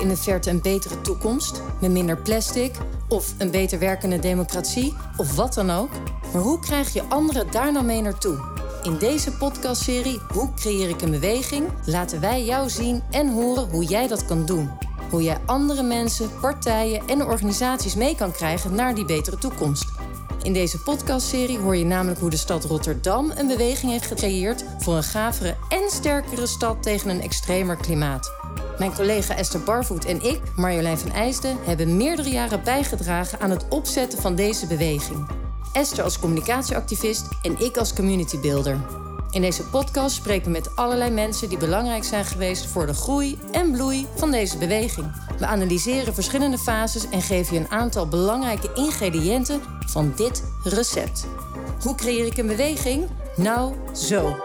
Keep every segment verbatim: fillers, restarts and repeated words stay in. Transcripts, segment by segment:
in de verte een betere toekomst? Met minder plastic? Of een beter werkende democratie? Of wat dan ook? Maar hoe krijg je anderen daar nou mee naartoe? In deze podcastserie Hoe creëer ik een beweging? Laten wij jou zien en horen hoe jij dat kan doen. Hoe jij andere mensen, partijen en organisaties mee kan krijgen naar die betere toekomst. In deze podcastserie hoor je namelijk hoe de stad Rotterdam een beweging heeft gecreëerd voor een gavere en sterkere stad tegen een extremer klimaat. Mijn collega Esther Barvoet en ik, Marjolein van Eijsden, hebben meerdere jaren bijgedragen aan het opzetten van deze beweging. Esther als communicatieactivist en ik als communitybuilder. In deze podcast spreken we met allerlei mensen die belangrijk zijn geweest voor de groei en bloei van deze beweging. We analyseren verschillende fases en geven je een aantal belangrijke ingrediënten van dit recept. Hoe creëer ik een beweging? Nou, zo.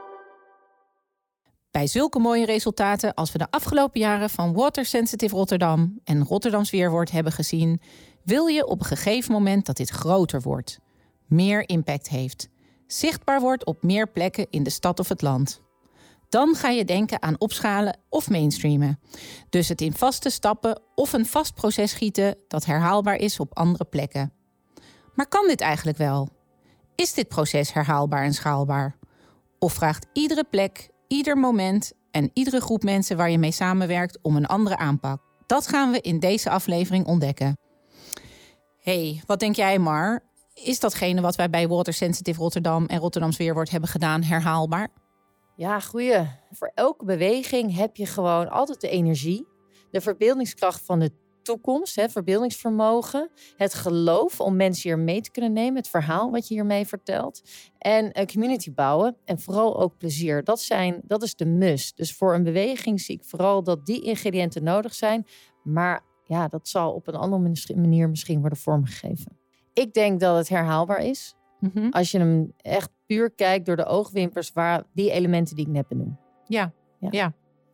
Bij zulke mooie resultaten als we de afgelopen jaren van Water Sensitive Rotterdam en Rotterdams Weerwoord hebben gezien, wil je op een gegeven moment dat dit groter wordt, meer impact heeft, zichtbaar wordt op meer plekken in de stad of het land. Dan ga je denken aan opschalen of mainstreamen. Dus het in vaste stappen of een vast proces gieten dat herhaalbaar is op andere plekken. Maar kan dit eigenlijk wel? Is dit proces herhaalbaar en schaalbaar? Of vraagt iedere plek, ieder moment en iedere groep mensen waar je mee samenwerkt om een andere aanpak? Dat gaan we in deze aflevering ontdekken. Hey, wat denk jij, Mar? Is datgene wat wij bij Water Sensitive Rotterdam en Rotterdams Weerwoord hebben gedaan herhaalbaar? Ja, goeie. Voor elke beweging heb je gewoon altijd de energie, de verbeeldingskracht van de toekomst, het verbeeldingsvermogen, het geloof om mensen hier mee te kunnen nemen, het verhaal wat je hiermee vertelt en een community bouwen en vooral ook plezier. Dat zijn, dat is de must. Dus voor een beweging zie ik vooral dat die ingrediënten nodig zijn, maar ja, dat zal op een andere manier misschien worden vormgegeven. Ik denk dat het herhaalbaar is. Mm-hmm. Als je hem echt puur kijkt door de oogwimpers, waar die elementen die ik net benoem. Ja, ja.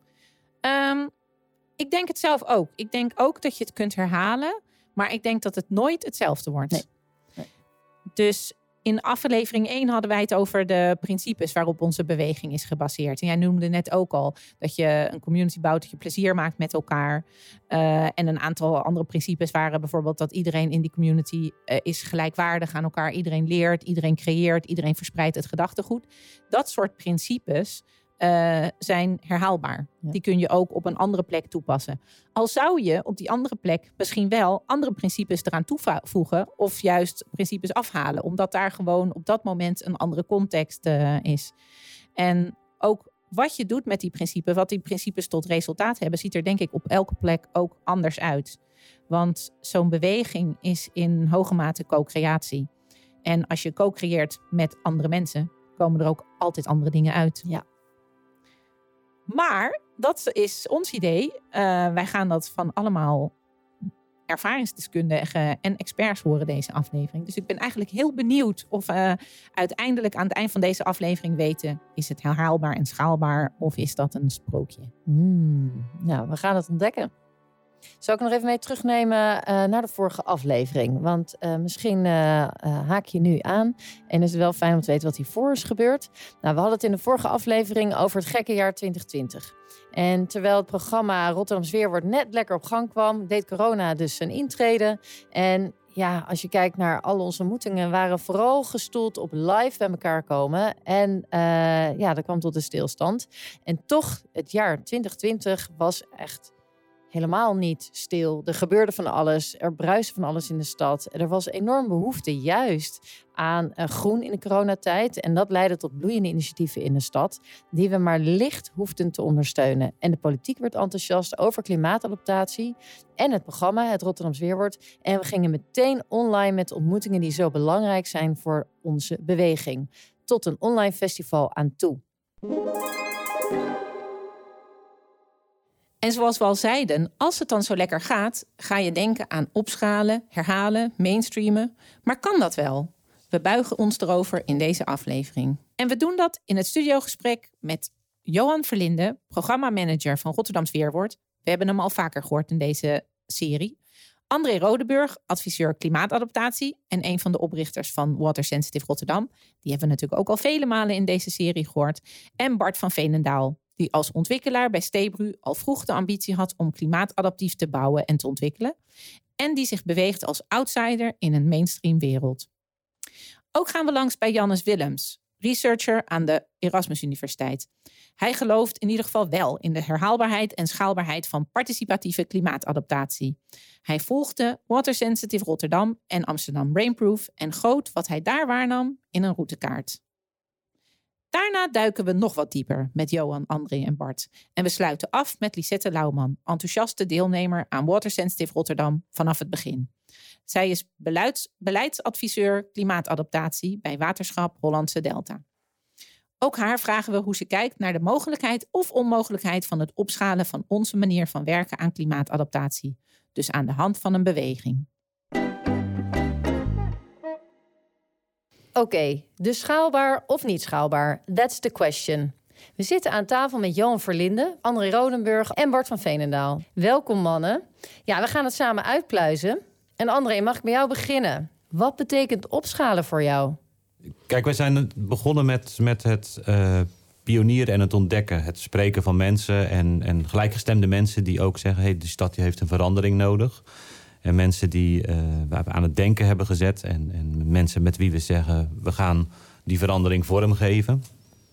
ja. Um, ik denk het zelf ook. Ik denk ook dat je het kunt herhalen, maar ik denk dat het nooit hetzelfde wordt. Nee. Nee. Dus in aflevering één hadden wij het over de principes waarop onze beweging is gebaseerd. En jij noemde net ook al dat je een community bouwt, dat je plezier maakt met elkaar. Uh, en een aantal andere principes waren bijvoorbeeld dat iedereen in die community uh, is gelijkwaardig aan elkaar. Iedereen leert, iedereen creëert, iedereen verspreidt het gedachtegoed. Dat soort principes uh, zijn herhaalbaar. Ja. Die kun je ook op een andere plek toepassen. Al zou je op die andere plek misschien wel andere principes eraan toevoegen of juist principes afhalen, omdat daar gewoon op dat moment een andere context uh, is. En ook wat je doet met die principes, wat die principes tot resultaat hebben, ziet er denk ik op elke plek ook anders uit. Want zo'n beweging is in hoge mate co-creatie. En als je co-creëert met andere mensen, komen er ook altijd andere dingen uit. Ja. Maar dat is ons idee. Uh, wij gaan dat van allemaal ervaringsdeskundigen en experts horen deze aflevering. Dus ik ben eigenlijk heel benieuwd of uh, uiteindelijk aan het eind van deze aflevering weten, is het herhaalbaar en schaalbaar of is dat een sprookje? Hmm, nou, we gaan het ontdekken. Zal ik nog even mee terugnemen uh, naar de vorige aflevering? Want uh, misschien uh, uh, haak je nu aan. En is het wel fijn om te weten wat hiervoor is gebeurd. Nou, we hadden het in de vorige aflevering over het gekke jaar twintig twintig. En terwijl het programma Rotterdams Weerwoord net lekker op gang kwam, deed corona dus zijn intrede. En ja, als je kijkt naar al onze ontmoetingen, waren vooral gestoeld op live bij elkaar komen. En uh, ja, dat kwam tot een stilstand. En toch, het jaar twintig twintig was echt helemaal niet stil. Er gebeurde van alles. Er bruiste van alles in de stad. Er was enorm behoefte juist aan uh, groen in de coronatijd. En dat leidde tot bloeiende initiatieven in de stad, die we maar licht hoefden te ondersteunen. En de politiek werd enthousiast over klimaatadaptatie en het programma, het Rotterdams Weerwoord. En we gingen meteen online met ontmoetingen die zo belangrijk zijn voor onze beweging. Tot een online festival aan toe. En zoals we al zeiden, als het dan zo lekker gaat, ga je denken aan opschalen, herhalen, mainstreamen. Maar kan dat wel? We buigen ons erover in deze aflevering. En we doen dat in het studiogesprek met Johan Verlinde, programmamanager van Rotterdams Weerwoord. We hebben hem al vaker gehoord in deze serie. André Rodeburg, adviseur klimaatadaptatie en een van de oprichters van Water Sensitive Rotterdam. Die hebben we natuurlijk ook al vele malen in deze serie gehoord. En Bart van Veenendaal, die als ontwikkelaar bij Stebru al vroeg de ambitie had om klimaatadaptief te bouwen en te ontwikkelen. En die zich beweegt als outsider in een mainstream wereld. Ook gaan we langs bij Jannes Willems, researcher aan de Erasmus Universiteit. Hij gelooft in ieder geval wel in de herhaalbaarheid en schaalbaarheid van participatieve klimaatadaptatie. Hij volgde Water Sensitive Rotterdam en Amsterdam Rainproof en goot wat hij daar waarnam in een routekaart. Daarna duiken we nog wat dieper met Johan, André en Bart. En we sluiten af met Lisette Lauwman, enthousiaste deelnemer aan Water Sensitive Rotterdam vanaf het begin. Zij is beleids, beleidsadviseur klimaatadaptatie bij Waterschap Hollandse Delta. Ook haar vragen we hoe ze kijkt naar de mogelijkheid of onmogelijkheid van het opschalen van onze manier van werken aan klimaatadaptatie. Dus aan de hand van een beweging. Oké, okay, dus schaalbaar of niet schaalbaar? That's the question. We zitten aan tafel met Johan Verlinde, André Rodenburg en Bart van Veenendaal. Welkom mannen. Ja, we gaan het samen uitpluizen. En André, mag ik met jou beginnen? Wat betekent opschalen voor jou? Kijk, wij zijn begonnen met, met het uh, pionieren en het ontdekken. Het spreken van mensen en, en gelijkgestemde mensen die ook zeggen, hey, de stad die heeft een verandering nodig. En mensen die uh, we aan het denken hebben gezet. En, en mensen met wie we zeggen, we gaan die verandering vormgeven.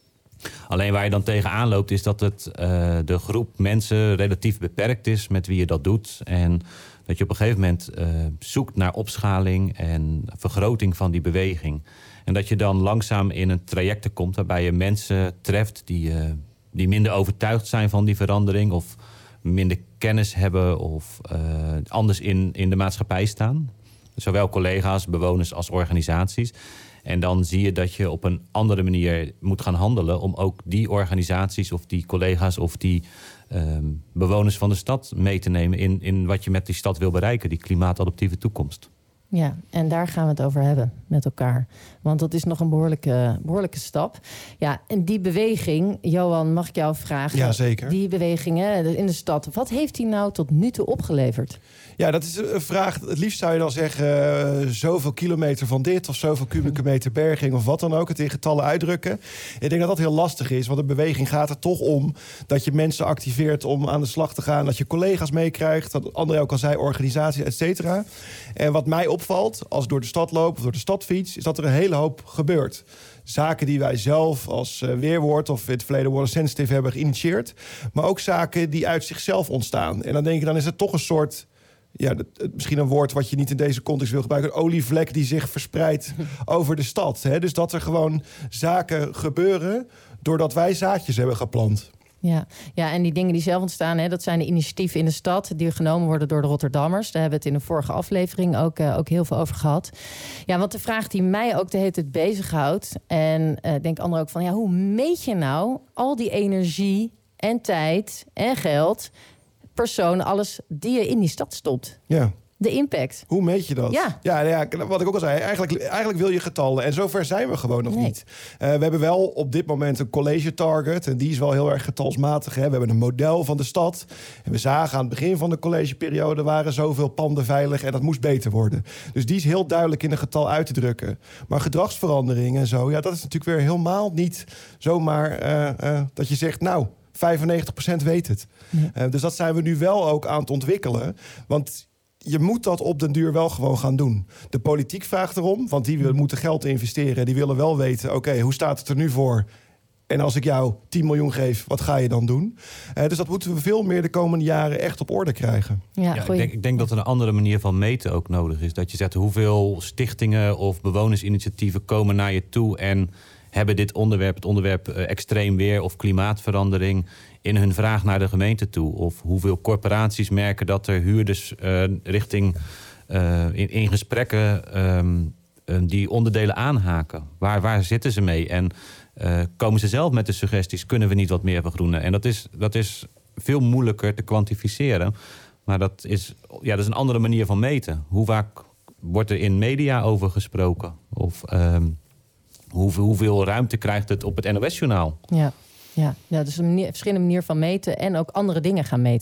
Alleen waar je dan tegenaan loopt is dat het, uh, de groep mensen relatief beperkt is met wie je dat doet. En dat je op een gegeven moment uh, zoekt naar opschaling en vergroting van die beweging. En dat je dan langzaam in een traject komt waarbij je mensen treft die, uh, die minder overtuigd zijn van die verandering. Of minder kennis hebben of uh, anders in, in de maatschappij staan. Zowel collega's, bewoners als organisaties. En dan zie je dat je op een andere manier moet gaan handelen om ook die organisaties of die collega's of die um, bewoners van de stad mee te nemen in, in wat je met die stad wil bereiken, die klimaatadaptieve toekomst. Ja, en daar gaan we het over hebben met elkaar. Want dat is nog een behoorlijke, behoorlijke stap. Ja, en die beweging, Johan, mag ik jou vragen? Ja, zeker. Die beweging hè, in de stad, wat heeft die nou tot nu toe opgeleverd? Ja, dat is een vraag. Het liefst zou je dan zeggen, uh, zoveel kilometer van dit of zoveel kubieke meter berging of wat dan ook. Het in getallen uitdrukken. Ik denk dat dat heel lastig is, want een beweging gaat er toch om dat je mensen activeert om aan de slag te gaan. Dat je collega's meekrijgt, dat André ook al zei, organisaties, et cetera. En wat mij opvalt als ik door de stad loop of door de stad fiets, is dat er een hele hoop gebeurt. Zaken die wij zelf als uh, Weerwoord of in het verleden Water Sensitive hebben geïnitieerd. Maar ook zaken die uit zichzelf ontstaan. En dan denk je, dan is het toch een soort, ja, misschien een woord wat je niet in deze context wil gebruiken, een olievlek die zich verspreidt over de stad. Hè? Dus dat er gewoon zaken gebeuren doordat wij zaadjes hebben geplant. Ja, ja, en die dingen die zelf ontstaan, hè, dat zijn de initiatieven in de stad die genomen worden door de Rotterdammers. Daar hebben we het in de vorige aflevering ook, uh, ook heel veel over gehad. Ja, want de vraag die mij ook de hele tijd bezighoudt, en uh, denk anderen ook van, ja, hoe meet je nou al die energie en tijd en geld, personen, alles die je in die stad stopt? Ja. De impact. Hoe meet je dat? Ja. Ja, ja, wat ik ook al zei, eigenlijk, eigenlijk wil je getallen. En zover zijn we gewoon nog nee. niet. Uh, we hebben wel op dit moment een college target. En die is wel heel erg getalsmatig. Hè. We hebben een model van de stad. En we zagen aan het begin van de collegeperiode waren zoveel panden veilig. En dat moest beter worden. Dus die is heel duidelijk in een getal uit te drukken. Maar gedragsverandering en zo, ja, dat is natuurlijk weer helemaal niet zomaar uh, uh, dat je zegt, nou, vijfennegentig procent weet het. Nee. Uh, dus dat zijn we nu wel ook aan het ontwikkelen. Want je moet dat op den duur wel gewoon gaan doen. De politiek vraagt erom, want die moeten geld investeren. Die willen wel weten, oké, okay, hoe staat het er nu voor? En als ik jou tien miljoen geef, wat ga je dan doen? Uh, dus dat moeten we veel meer de komende jaren echt op orde krijgen. Ja, ja, ik, denk, ik denk dat er een andere manier van meten ook nodig is. Dat je zegt, hoeveel stichtingen of bewonersinitiatieven komen naar je toe en hebben dit onderwerp, het onderwerp uh, extreem weer of klimaatverandering in hun vraag naar de gemeente toe? Of hoeveel corporaties merken dat er huurders uh, richting uh, in, in gesprekken um, uh, die onderdelen aanhaken? Waar, waar zitten ze mee? En uh, komen ze zelf met de suggesties, kunnen we niet wat meer vergroenen? En dat is, dat is veel moeilijker te kwantificeren. Maar dat is, ja, dat is een andere manier van meten. Hoe vaak wordt er in media over gesproken? Of um, hoeveel, hoeveel ruimte krijgt het op het N O S-journaal? Ja. Ja, ja, dus een manier, verschillende manier van meten en ook andere dingen gaan meten. Nou,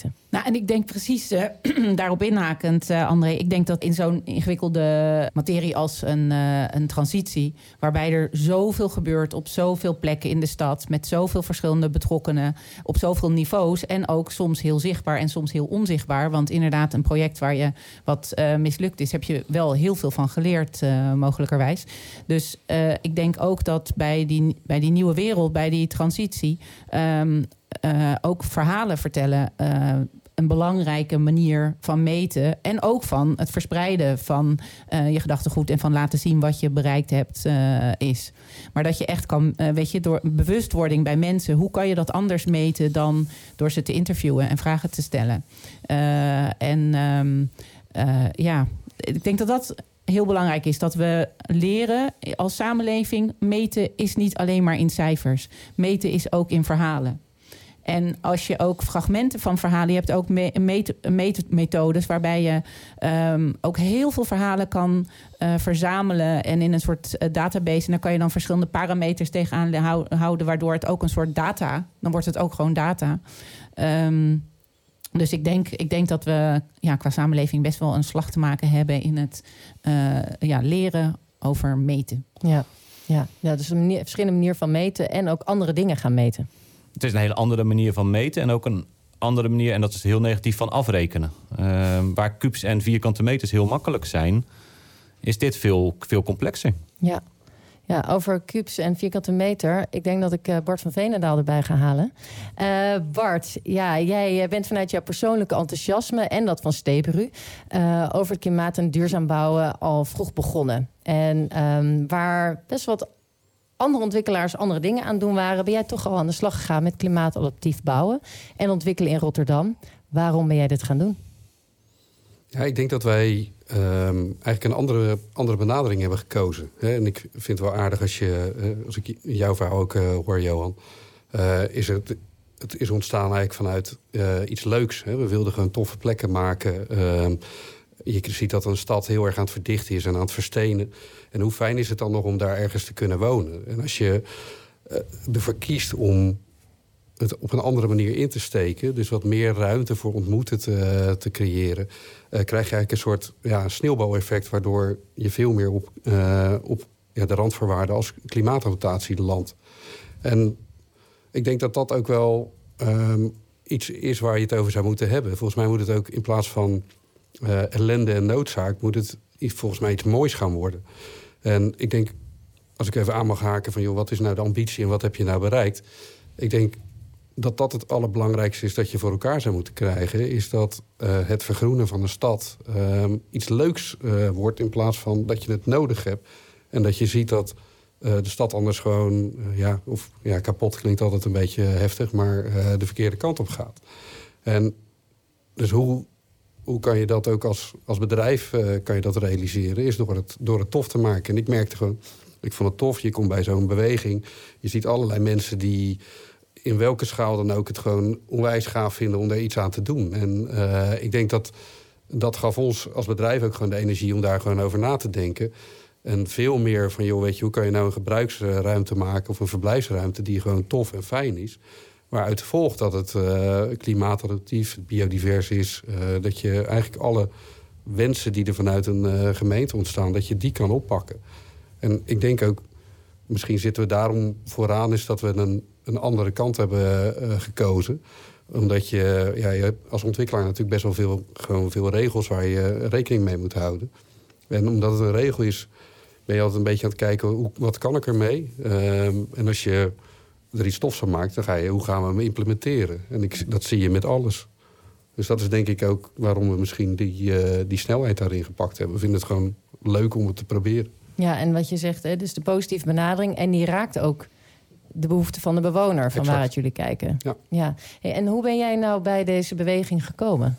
en ik denk precies uh, daarop inhakend, uh, André. Ik denk dat in zo'n ingewikkelde materie als een, uh, een transitie, waarbij er zoveel gebeurt op zoveel plekken in de stad, met zoveel verschillende betrokkenen, op zoveel niveaus en ook soms heel zichtbaar en soms heel onzichtbaar. Want inderdaad, een project waar je wat uh, mislukt is, heb je wel heel veel van geleerd, uh, mogelijkerwijs. Dus uh, ik denk ook dat bij die, bij die nieuwe wereld, bij die transitie, um, uh, ook verhalen vertellen uh, een belangrijke manier van meten. En ook van het verspreiden van uh, je gedachtegoed en van laten zien wat je bereikt hebt uh, is. Maar dat je echt kan, uh, weet je, door bewustwording bij mensen, hoe kan je dat anders meten dan door ze te interviewen en vragen te stellen? Uh, en um, uh, ja, ik denk dat dat heel belangrijk is, dat we leren als samenleving, meten is niet alleen maar in cijfers. Meten is ook in verhalen. En als je ook fragmenten van verhalen, je hebt ook meetmethodes waarbij je um, ook heel veel verhalen kan uh, verzamelen en in een soort uh, database. En daar kan je dan verschillende parameters tegenaan houden, waardoor het ook een soort data, dan wordt het ook gewoon data. Um, dus ik denk, ik denk dat we ja, qua samenleving best wel een slag te maken hebben in het uh, ja, leren over meten. Ja, ja, ja dus een manier, verschillende manier van meten en ook andere dingen gaan meten. Het is een hele andere manier van meten en ook een andere manier, en dat is heel negatief, van afrekenen. Uh, waar kubus en vierkante meters heel makkelijk zijn, is dit veel, veel complexer. Ja. Ja, over kubus en vierkante meter. Ik denk dat ik uh, Bart van Veenendaal erbij ga halen. Uh, Bart, ja, jij bent vanuit jouw persoonlijke enthousiasme en dat van Steperu uh, over het klimaat en duurzaam bouwen al vroeg begonnen. En um, waar best wat andere ontwikkelaars andere dingen aan doen waren, ben jij toch al aan de slag gegaan met klimaatadaptief bouwen en ontwikkelen in Rotterdam. Waarom ben jij dit gaan doen? Ja, ik denk dat wij um, eigenlijk een andere, andere benadering hebben gekozen. Hè? En ik vind het wel aardig als je, uh, als ik jouw verhaal ook uh, hoor, Johan, uh, is het, het is ontstaan eigenlijk vanuit uh, iets leuks. Hè? We wilden gewoon toffe plekken maken. Uh, je ziet dat een stad heel erg aan het verdichten is en aan het verstenen. En hoe fijn is het dan nog om daar ergens te kunnen wonen? En als je uh, ervoor kiest om het op een andere manier in te steken, dus wat meer ruimte voor ontmoeten te, te creëren, uh, krijg je eigenlijk een soort ja, sneeuwbaleffect, waardoor je veel meer op, uh, op ja, de randvoorwaarden als klimaatadaptatie landt. En ik denk dat dat ook wel um, iets is waar je het over zou moeten hebben. Volgens mij moet het ook in plaats van uh, ellende en noodzaak, moet het volgens mij iets moois gaan worden. En ik denk, als ik even aan mag haken van, joh, wat is nou de ambitie en wat heb je nou bereikt? Ik denk dat dat het allerbelangrijkste is dat je voor elkaar zou moeten krijgen, is dat uh, het vergroenen van de stad uh, iets leuks uh, wordt in plaats van dat je het nodig hebt. En dat je ziet dat uh, de stad anders gewoon, uh, ja, of ja, kapot klinkt altijd een beetje heftig, maar uh, de verkeerde kant op gaat. En dus hoe, hoe kan je dat ook als, als bedrijf uh, kan je dat realiseren, is door het, door het tof te maken. En ik merkte gewoon, ik vond het tof, je komt bij zo'n beweging, je ziet allerlei mensen die in welke schaal dan ook het gewoon onwijs gaaf vinden om daar iets aan te doen. En uh, ik denk dat dat gaf ons als bedrijf ook gewoon de energie om daar gewoon over na te denken. En veel meer van, joh, weet je, hoe kan je nou een gebruiksruimte maken of een verblijfsruimte die gewoon tof en fijn is. Waaruit volgt dat het uh, klimaatadaptief, biodivers is. Uh, dat je eigenlijk alle wensen die er vanuit een uh, gemeente ontstaan, dat je die kan oppakken. En ik denk ook, misschien zitten we daarom vooraan, is dat we een een andere kant hebben uh, gekozen. Omdat je, ja, je hebt als ontwikkelaar natuurlijk best wel veel, gewoon veel regels waar je rekening mee moet houden. En omdat het een regel is, ben je altijd een beetje aan het kijken, hoe, wat kan ik ermee? Uh, en als je er iets tofs van maakt, dan ga je, hoe gaan we hem implementeren? En ik, dat zie je met alles. Dus dat is denk ik ook waarom we misschien die, uh, die snelheid daarin gepakt hebben. We vinden het gewoon leuk om het te proberen. Ja, en wat je zegt, hè, dus de positieve benadering, en die raakt ook de behoeften van de bewoner, van exact. Waaruit jullie kijken. Ja. Ja. Hey, en hoe ben jij nou bij deze beweging gekomen?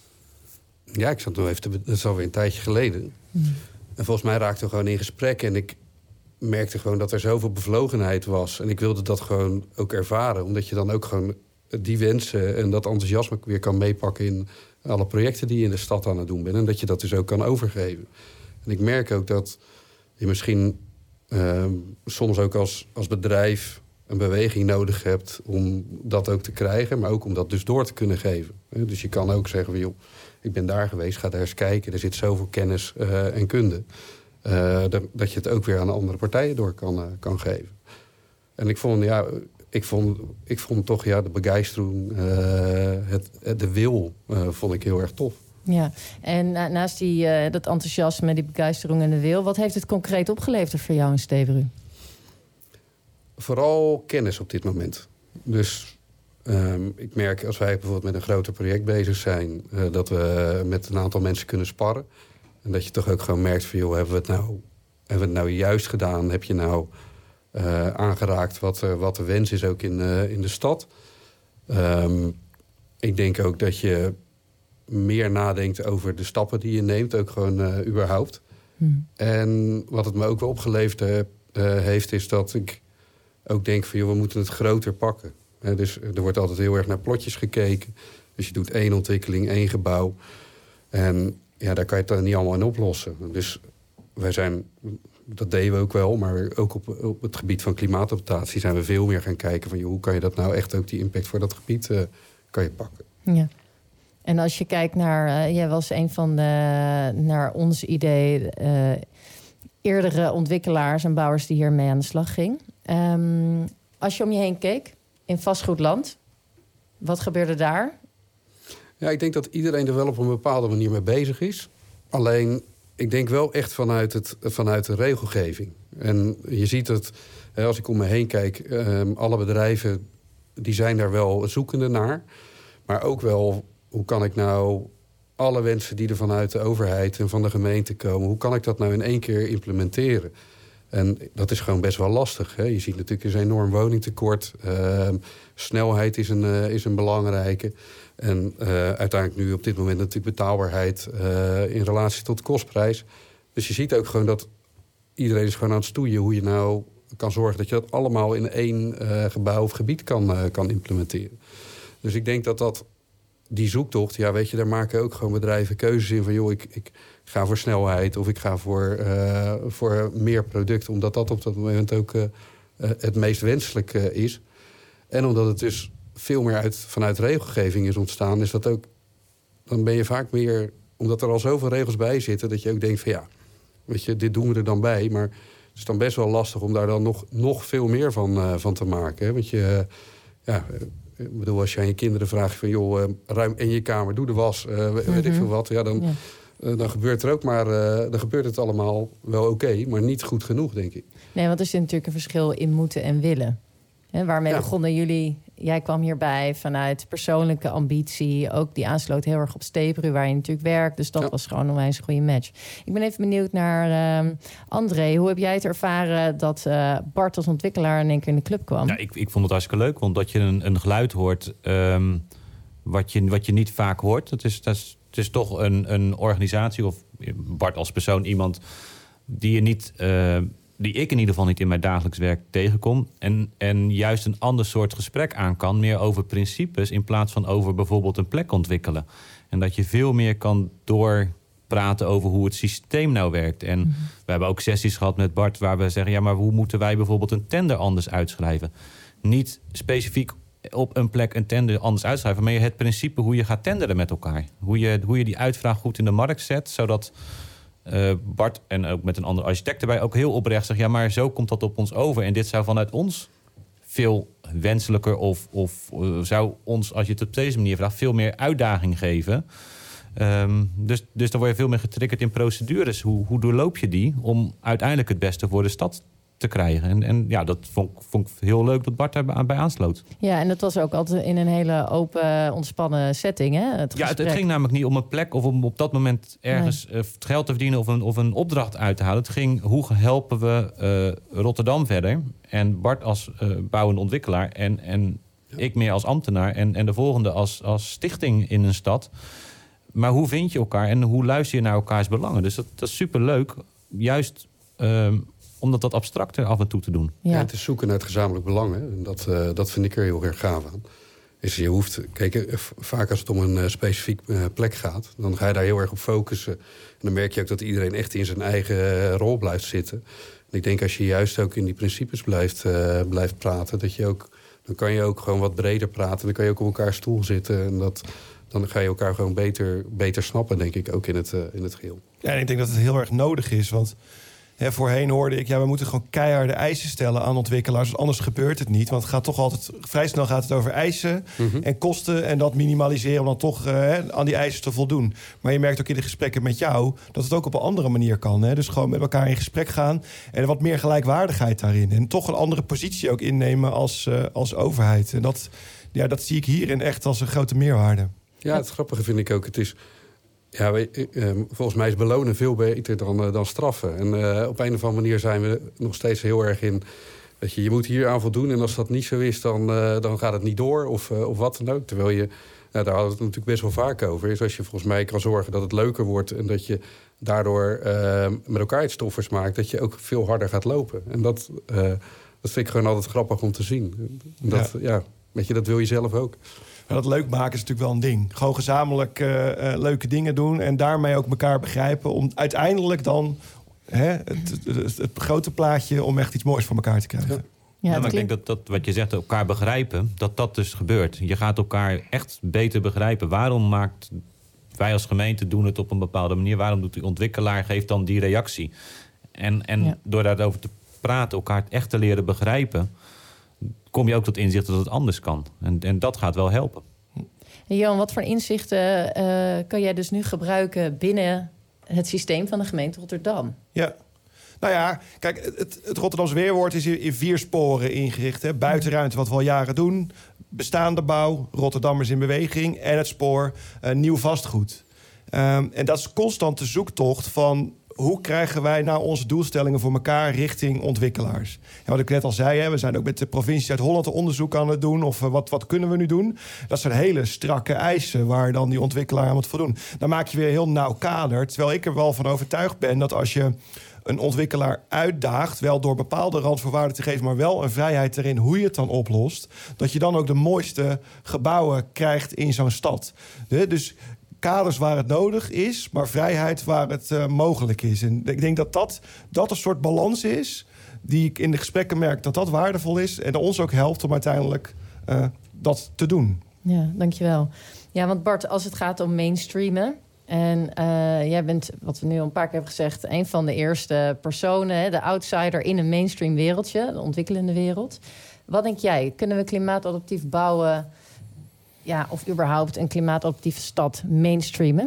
Ja, ik zat nog even te, dat is alweer een tijdje geleden. Hmm. En volgens mij raakten we gewoon in gesprek. En ik merkte gewoon dat er zoveel bevlogenheid was. En ik wilde dat gewoon ook ervaren. Omdat je dan ook gewoon die wensen en dat enthousiasme weer kan meepakken in alle projecten die je in de stad aan het doen bent. En dat je dat dus ook kan overgeven. En ik merk ook dat je misschien Uh, soms ook als, als bedrijf een beweging nodig hebt om dat ook te krijgen, maar ook om dat dus door te kunnen geven. Dus je kan ook zeggen, joh, ik ben daar geweest, ga daar eens kijken. Er zit zoveel kennis uh, en kunde. Uh, dat, dat je het ook weer aan andere partijen door kan, uh, kan geven. En ik vond, ja, ik vond, ik vond toch ja, de begeistering, uh, het, de wil, uh, vond ik heel erg tof. Ja, en na, naast die, uh, dat enthousiasme, die begeistering en de wil, wat heeft het concreet opgeleverd voor jou in Steveru? Vooral kennis op dit moment. Dus um, ik merk als wij bijvoorbeeld met een groter project bezig zijn, Uh, dat we met een aantal mensen kunnen sparren. En dat je toch ook gewoon merkt van, joh, hebben we het nou, hebben we het nou juist gedaan? Heb je nou uh, aangeraakt wat, uh, wat de wens is ook in, uh, in de stad? Um, ik denk ook dat je meer nadenkt over de stappen die je neemt, ook gewoon uh, überhaupt. Hmm. En wat het me ook wel opgeleverd uh, uh, heeft, is dat ik ook denk van, joh, we moeten het groter pakken. He, dus er wordt altijd heel erg naar plotjes gekeken. Dus je doet één ontwikkeling, één gebouw. En ja, daar kan je het dan niet allemaal in oplossen. Dus wij zijn, dat deden we ook wel, maar ook op, op het gebied van klimaatadaptatie zijn we veel meer gaan kijken van, joh, hoe kan je dat nou echt ook die impact voor dat gebied uh, kan je pakken. Ja. En als je kijkt naar, uh, jij was een van de, naar ons idee, uh, eerdere ontwikkelaars en bouwers die hiermee aan de slag ging. Um, als je om je heen keek in vastgoedland, wat gebeurde daar? Ja, ik denk dat iedereen er wel op een bepaalde manier mee bezig is. Alleen, ik denk wel echt vanuit, het, vanuit de regelgeving. En je ziet het, als ik om me heen kijk, um, alle bedrijven die zijn daar wel zoekende naar. Maar ook wel, hoe kan ik nou alle wensen die er vanuit de overheid en van de gemeente komen, hoe kan ik dat nou in één keer implementeren? En dat is gewoon best wel lastig. Hè? Je ziet natuurlijk, er is een enorm woningtekort. Uh, snelheid is een, uh, is een belangrijke. En uh, uiteindelijk nu op dit moment natuurlijk betaalbaarheid uh, in relatie tot kostprijs. Dus je ziet ook gewoon dat iedereen is gewoon aan het stoeien hoe je nou kan zorgen dat je dat allemaal in één uh, gebouw of gebied kan, uh, kan implementeren. Dus ik denk dat dat die zoektocht, ja, weet je, daar maken ook gewoon bedrijven keuzes in van, joh, ik, ik ga voor snelheid of ik ga voor, uh, voor meer producten, omdat dat op dat moment ook uh, uh, het meest wenselijk uh, is. En omdat het dus veel meer uit, vanuit regelgeving is ontstaan, is dat ook, dan ben je vaak meer, omdat er al zoveel regels bij zitten, dat je ook denkt van, ja, weet je, dit doen we er dan bij, maar het is dan best wel lastig om daar dan nog, nog veel meer van, uh, van te maken. Hè? Want je, uh, ja, ik bedoel, als je aan je kinderen vraagt van, joh, uh, ruim in je kamer, doe de was, uh, weet mm-hmm. ik veel wat, ja, dan, ja. uh, dan gebeurt er ook maar, uh, dan gebeurt het allemaal wel oké, okay, maar niet goed genoeg, denk ik. Nee, want er zit natuurlijk een verschil in moeten en willen. He, waarmee ja. begonnen jullie? Jij kwam hierbij vanuit persoonlijke ambitie. Ook die aansloot heel erg op Steveru, waar je natuurlijk werkt. Dus dat ja. was gewoon een wijze goede match. Ik ben even benieuwd naar uh, André. Hoe heb jij het ervaren dat uh, Bart als ontwikkelaar in één keer in de club kwam? Ja, ik, ik vond het hartstikke leuk, omdat je een, een geluid hoort um, wat, je, wat je niet vaak hoort. Het is, dat is, het is toch een, een organisatie, of Bart als persoon, iemand die je niet... Uh, die ik in ieder geval niet in mijn dagelijks werk tegenkom. En, en juist een ander soort gesprek aan kan. Meer over principes in plaats van over bijvoorbeeld een plek ontwikkelen. En dat je veel meer kan doorpraten over hoe het systeem nou werkt. En mm-hmm. we hebben ook sessies gehad met Bart waar we zeggen, ja, maar hoe moeten wij bijvoorbeeld een tender anders uitschrijven? Niet specifiek op een plek een tender anders uitschrijven, maar het principe hoe je gaat tenderen met elkaar. Hoe je, hoe je die uitvraag goed in de markt zet, zodat Uh, Bart en ook met een andere architect erbij ook heel oprecht zegt, ja, maar zo komt dat op ons over. En dit zou vanuit ons veel wenselijker of, of uh, zou ons, als je het op deze manier vraagt, veel meer uitdaging geven. Um, dus, dus dan word je veel meer getriggerd in procedures. Hoe, hoe doorloop je die om uiteindelijk het beste voor de stad te krijgen? En, en ja, dat vond, vond ik heel leuk dat Bart daarbij aansloot. Ja, en dat was ook altijd in een hele open, ontspannen setting, hè? Het ja, het, het ging namelijk niet om een plek of om op dat moment ergens nee. uh, geld te verdienen of een, of een opdracht uit te halen. Het ging, hoe helpen we uh, Rotterdam verder? En Bart als uh, bouwende ontwikkelaar en, en ja. ik meer als ambtenaar en, en de volgende als, als stichting in een stad. Maar hoe vind je elkaar en hoe luister je naar elkaars belangen? Dus dat, dat is superleuk. Juist Uh, om dat, dat abstracter af en toe te doen. Ja. Ja, het is zoeken naar het gezamenlijk belang. Hè. En dat, uh, dat vind ik er heel erg gaaf aan. Dus je hoeft, kijk, vaak als het om een uh, specifiek uh, plek gaat, dan ga je daar heel erg op focussen. En dan merk je ook dat iedereen echt in zijn eigen uh, rol blijft zitten. En ik denk als je juist ook in die principes blijft, uh, blijft praten, dat je ook, dan kan je ook gewoon wat breder praten. Dan kan je ook op elkaar stoel zitten. En dat, dan ga je elkaar gewoon beter, beter snappen, denk ik, ook in het, uh, in het geheel. Ja, en ik denk dat het heel erg nodig is, want He, voorheen hoorde ik, ja, we moeten gewoon keiharde eisen stellen aan ontwikkelaars. Want anders gebeurt het niet. Want het gaat toch altijd, vrij snel gaat het over eisen mm-hmm. en kosten. En dat minimaliseren om dan toch uh, aan die eisen te voldoen. Maar je merkt ook in de gesprekken met jou dat het ook op een andere manier kan. Hè? Dus gewoon met elkaar in gesprek gaan. En wat meer gelijkwaardigheid daarin. En toch een andere positie ook innemen als, uh, als overheid. En dat, ja, dat zie ik hierin echt als een grote meerwaarde. Ja, het grappige vind ik ook, het is... Ja, we, uh, volgens mij is belonen veel beter dan, uh, dan straffen. En uh, op een of andere manier zijn we nog steeds heel erg in... dat je, je moet hier aan voldoen en als dat niet zo is, dan, uh, dan gaat het niet door of, uh, of wat dan ook. Terwijl je, nou, daar hadden we het natuurlijk best wel vaak over... is als je volgens mij kan zorgen dat het leuker wordt... en dat je daardoor uh, met elkaar iets stoffers maakt... dat je ook veel harder gaat lopen. En dat, uh, dat vind ik gewoon altijd grappig om te zien. Dat, ja. Ja, weet je, dat wil je zelf ook. Maar dat leuk maken is natuurlijk wel een ding. Gewoon gezamenlijk uh, uh, leuke dingen doen en daarmee ook elkaar begrijpen. Om uiteindelijk dan hè, het, het, het grote plaatje om echt iets moois voor elkaar te krijgen. Ja. Ja, ja, maar ik denk dat, dat wat je zegt, elkaar begrijpen, dat dat dus gebeurt. Je gaat elkaar echt beter begrijpen. Waarom maakt wij als gemeente doen het op een bepaalde manier? Waarom doet die ontwikkelaar, geeft dan die reactie? En, en ja. door daarover te praten, elkaar echt te leren begrijpen, kom je ook tot inzicht dat het anders kan. En, en dat gaat wel helpen. En Johan, wat voor inzichten uh, kan jij dus nu gebruiken binnen het systeem van de gemeente Rotterdam? Ja, nou ja, kijk, het, het Rotterdamse Weerwoord is in vier sporen ingericht. Hè. Buitenruimte, wat we al jaren doen. Bestaande bouw, Rotterdammers in beweging. En het spoor, uh, nieuw vastgoed. Um, en dat is constant de zoektocht van... hoe krijgen wij nou onze doelstellingen voor elkaar richting ontwikkelaars? En wat ik net al zei, hè, we zijn ook met de provincie Zuid-Holland onderzoek aan het doen. Of uh, wat, wat kunnen we nu doen? Dat zijn hele strakke eisen waar dan die ontwikkelaar aan moet voldoen. Dan maak je weer heel nauw kader. Terwijl ik er wel van overtuigd ben dat als je een ontwikkelaar uitdaagt, wel door bepaalde randvoorwaarden te geven, maar wel een vrijheid erin hoe je het dan oplost, dat je dan ook de mooiste gebouwen krijgt in zo'n stad. De, dus kaders waar het nodig is, maar vrijheid waar het uh, mogelijk is. En ik denk dat, dat dat een soort balans is die ik in de gesprekken merk dat dat waardevol is en ons ook helpt om uiteindelijk uh, dat te doen. Ja, dankjewel. Ja, want Bart, als het gaat om mainstreamen, en uh, jij bent, wat we nu al een paar keer hebben gezegd, een van de eerste personen, hè, de outsider in een mainstream wereldje, de ontwikkelende wereld. Wat denk jij? Kunnen we klimaatadaptief bouwen? Ja, of überhaupt een klimaatadaptieve stad mainstreamen?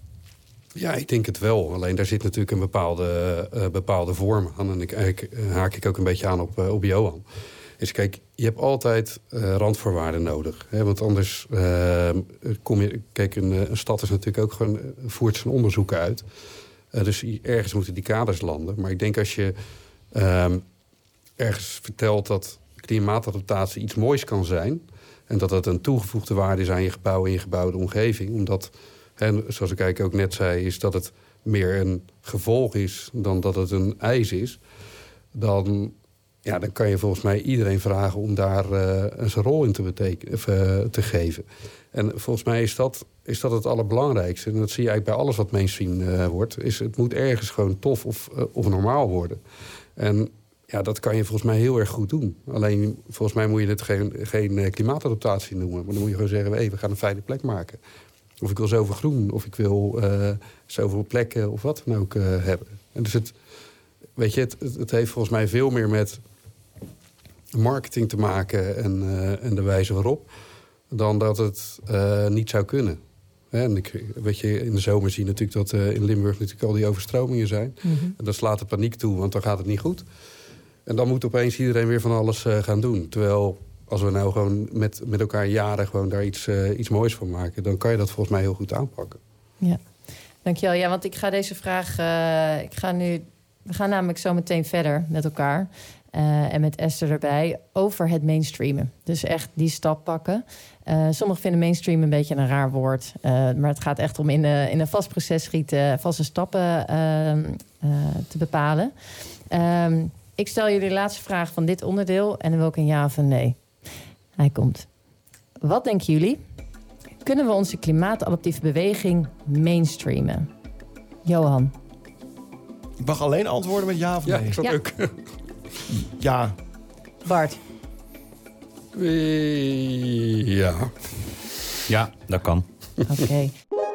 Ja, ik denk het wel. Alleen daar zit natuurlijk een bepaalde, uh, bepaalde vorm aan. En ik, ik uh, haak ik ook een beetje aan op, uh, op Johan. Dus kijk, je hebt altijd uh, randvoorwaarden nodig. Hè? Want anders uh, kom je... Kijk, een, een stad is natuurlijk ook gewoon, voert zijn onderzoeken uit. Uh, dus ergens moeten die kaders landen. Maar ik denk als je uh, ergens vertelt dat klimaatadaptatie iets moois kan zijn, en dat dat een toegevoegde waarde is aan je gebouw en je gebouwde omgeving. Omdat, en zoals ik eigenlijk ook net zei, is dat het meer een gevolg is dan dat het een eis is. Dan, ja, dan kan je volgens mij iedereen vragen om daar uh, zijn rol in te, betekenen, of, uh, te geven. En volgens mij is dat, is dat het allerbelangrijkste. En dat zie je eigenlijk bij alles wat mainstream uh, wordt. Is, het moet ergens gewoon tof of, uh, of normaal worden. En ja, dat kan je volgens mij heel erg goed doen. Alleen, volgens mij moet je het geen, geen klimaatadaptatie noemen. Maar dan moet je gewoon zeggen, hey, we gaan een fijne plek maken. Of ik wil zoveel groen, of ik wil uh, zoveel plekken, of wat dan ook uh, hebben. En dus het, weet je, het, het heeft volgens mij veel meer met marketing te maken en, uh, en de wijze waarop, dan dat het uh, niet zou kunnen. En ik, weet je, in de zomer zie je natuurlijk dat uh, in Limburg natuurlijk al die overstromingen zijn. Mm-hmm. En dan slaat de paniek toe, want dan gaat het niet goed. En dan moet opeens iedereen weer van alles uh, gaan doen. Terwijl als we nou gewoon met, met elkaar jaren gewoon daar iets, uh, iets moois van maken, dan kan je dat volgens mij heel goed aanpakken. Ja, dankjewel. Ja, want ik ga deze vraag, uh, ik ga nu, we gaan namelijk zo meteen verder met elkaar. Uh, en met Esther erbij, over het mainstreamen. Dus echt die stap pakken. Uh, sommigen vinden mainstream een beetje een raar woord. Uh, maar het gaat echt om in, de, in een vast proces schieten, vaste stappen uh, uh, te bepalen. Um, ik stel jullie de laatste vraag van dit onderdeel en dan wil ik een ja of een nee. Hij komt. Wat denken jullie? Kunnen we onze klimaatadaptieve beweging mainstreamen? Johan? Ik mag alleen antwoorden met ja of nee. Ja, ik Ja. ook. Ja. Bart? Ja. Ja, dat kan. Oké. Okay.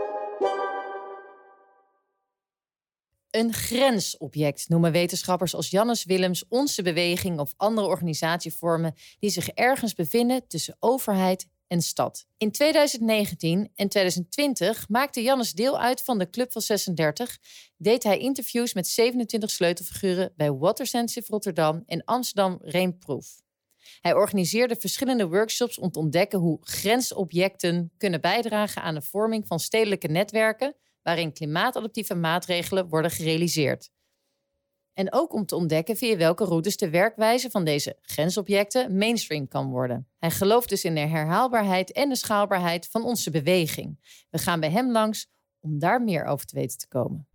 Een grensobject noemen wetenschappers als Jannes Willems onze beweging of andere organisatievormen die zich ergens bevinden tussen overheid en stad. In twintig negentien en twintig twintig maakte Jannes deel uit van de Club van zesendertig. Deed hij interviews met zevenentwintig sleutelfiguren bij Water Sensitive Rotterdam en Amsterdam Rainproof. Hij organiseerde verschillende workshops om te ontdekken hoe grensobjecten kunnen bijdragen aan de vorming van stedelijke netwerken waarin klimaatadaptieve maatregelen worden gerealiseerd. En ook om te ontdekken via welke routes de werkwijze van deze grensobjecten mainstream kan worden. Hij gelooft dus in de herhaalbaarheid en de schaalbaarheid van onze beweging. We gaan bij hem langs om daar meer over te weten te komen.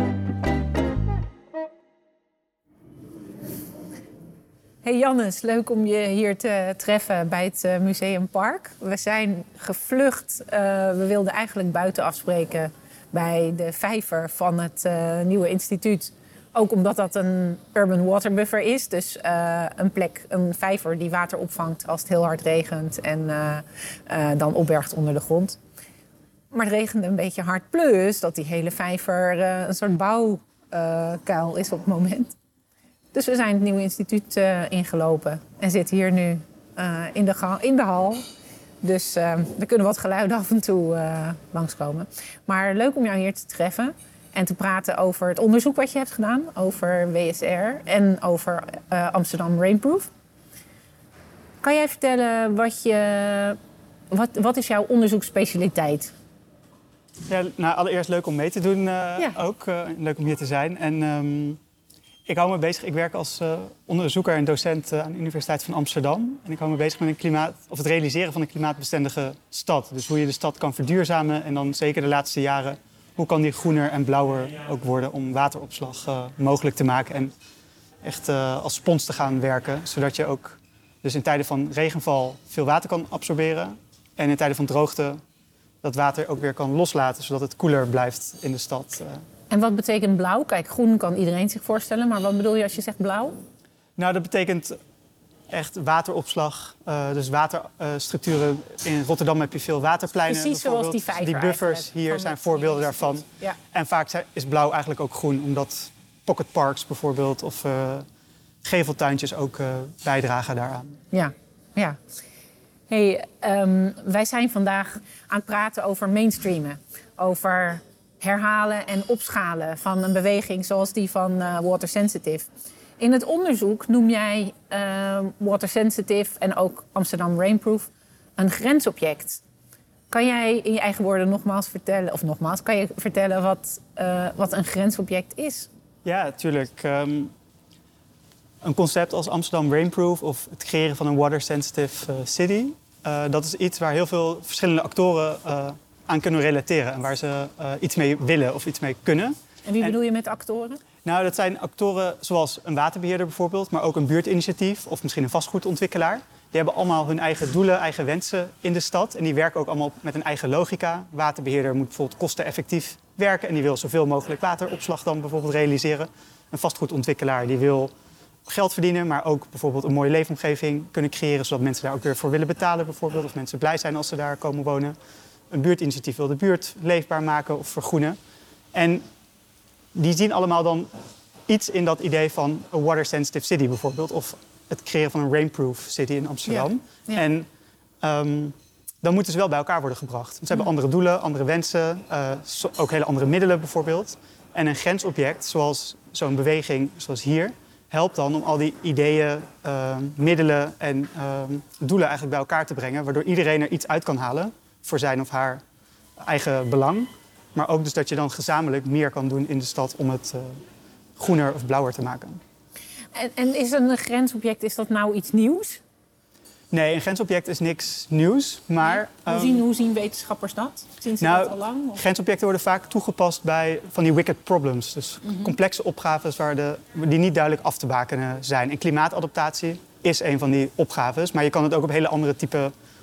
Hey Jannes, leuk om je hier te treffen bij het Museumpark. We zijn gevlucht. Uh, we wilden eigenlijk buiten afspreken bij de vijver van het uh, nieuwe instituut. Ook omdat dat een urban water buffer is. Dus uh, een plek, een vijver die water opvangt als het heel hard regent en uh, uh, dan opbergt onder de grond. Maar het regende een beetje hard. Plus dat die hele vijver uh, een soort bouwkuil uh, is op het moment. Dus we zijn het nieuwe instituut uh, ingelopen en zitten hier nu uh, in, de ga- in de hal. Dus uh, er kunnen wat geluiden af en toe uh, langskomen. Maar leuk om jou hier te treffen en te praten over het onderzoek wat je hebt gedaan. Over W S R en over uh, Amsterdam Rainproof. Kan jij vertellen wat je... Wat, wat is jouw onderzoeksspecialiteit? Ja, nou, allereerst leuk om mee te doen uh, Ja. ook. Uh, leuk om hier te zijn. En um, ik hou me bezig. Ik werk als uh, onderzoeker en docent uh, aan de Universiteit van Amsterdam. En ik hou me bezig met een klimaat, of het realiseren van een klimaatbestendige stad. Dus hoe je de stad kan verduurzamen en dan zeker de laatste jaren, hoe kan die groener en blauwer ook worden om wateropslag uh, mogelijk te maken en echt uh, als spons te gaan werken, zodat je ook dus in tijden van regenval veel water kan absorberen en in tijden van droogte dat water ook weer kan loslaten, zodat het koeler blijft in de stad. Uh. En wat betekent blauw? Kijk, groen kan iedereen zich voorstellen, maar wat bedoel je als je zegt blauw? Nou, dat betekent echt wateropslag. Uh, dus waterstructuren. Uh, in Rotterdam heb je veel waterpleinen. Precies zoals die vijver. Die buffers hier zijn voorbeelden daarvan. Ja. En vaak zijn, is blauw eigenlijk ook groen, omdat pocketparks bijvoorbeeld of uh, geveltuintjes ook uh, bijdragen daaraan. Ja, ja. Hey, um, wij zijn vandaag aan het praten over mainstreamen. Over herhalen en opschalen van een beweging zoals die van uh, Water Sensitive. In het onderzoek noem jij uh, Water Sensitive en ook Amsterdam Rainproof een grensobject. Kan jij in je eigen woorden nogmaals vertellen, of nogmaals, kan je vertellen wat, uh, wat een grensobject is? Ja, natuurlijk. Um, een concept als Amsterdam Rainproof of het creëren van een water sensitive uh, city, uh, dat is iets waar heel veel verschillende actoren uh, aan kunnen relateren en waar ze uh, iets mee willen of iets mee kunnen. En wie en, bedoel je met actoren? Nou, dat zijn actoren zoals een waterbeheerder bijvoorbeeld, maar ook een buurtinitiatief of misschien een vastgoedontwikkelaar. Die hebben allemaal hun eigen doelen, eigen wensen in de stad. En die werken ook allemaal met een eigen logica. Waterbeheerder moet bijvoorbeeld kosteneffectief werken en die wil zoveel mogelijk wateropslag dan bijvoorbeeld realiseren. Een vastgoedontwikkelaar die wil geld verdienen, maar ook bijvoorbeeld een mooie leefomgeving kunnen creëren, zodat mensen daar ook weer voor willen betalen bijvoorbeeld. Of mensen blij zijn als ze daar komen wonen. Een buurtinitiatief wil de buurt leefbaar maken of vergroenen. En die zien allemaal dan iets in dat idee van een water sensitive city bijvoorbeeld. Of het creëren van een rainproof city in Amsterdam. Ja, ja. En um, dan moeten ze wel bij elkaar worden gebracht. Want ze hebben andere doelen, andere wensen, uh, so, ook hele andere middelen bijvoorbeeld. En een grensobject, zoals zo'n beweging, zoals hier, helpt dan om al die ideeën, uh, middelen en uh, doelen eigenlijk bij elkaar te brengen. Waardoor iedereen er iets uit kan halen voor zijn of haar eigen belang. Maar ook dus dat je dan gezamenlijk meer kan doen in de stad om het uh, groener of blauwer te maken. En, en is een grensobject, is dat nou iets nieuws? Nee, een grensobject is niks nieuws. Maar, hoe, zien, um, hoe zien wetenschappers dat? Zien ze nou, dat al lang? Of? Grensobjecten worden vaak toegepast bij van die wicked problems. Dus mm-hmm. complexe opgaves waar de, die niet duidelijk af te bakenen zijn. En klimaatadaptatie is een van die opgaves. Maar je kan het ook op hele andere type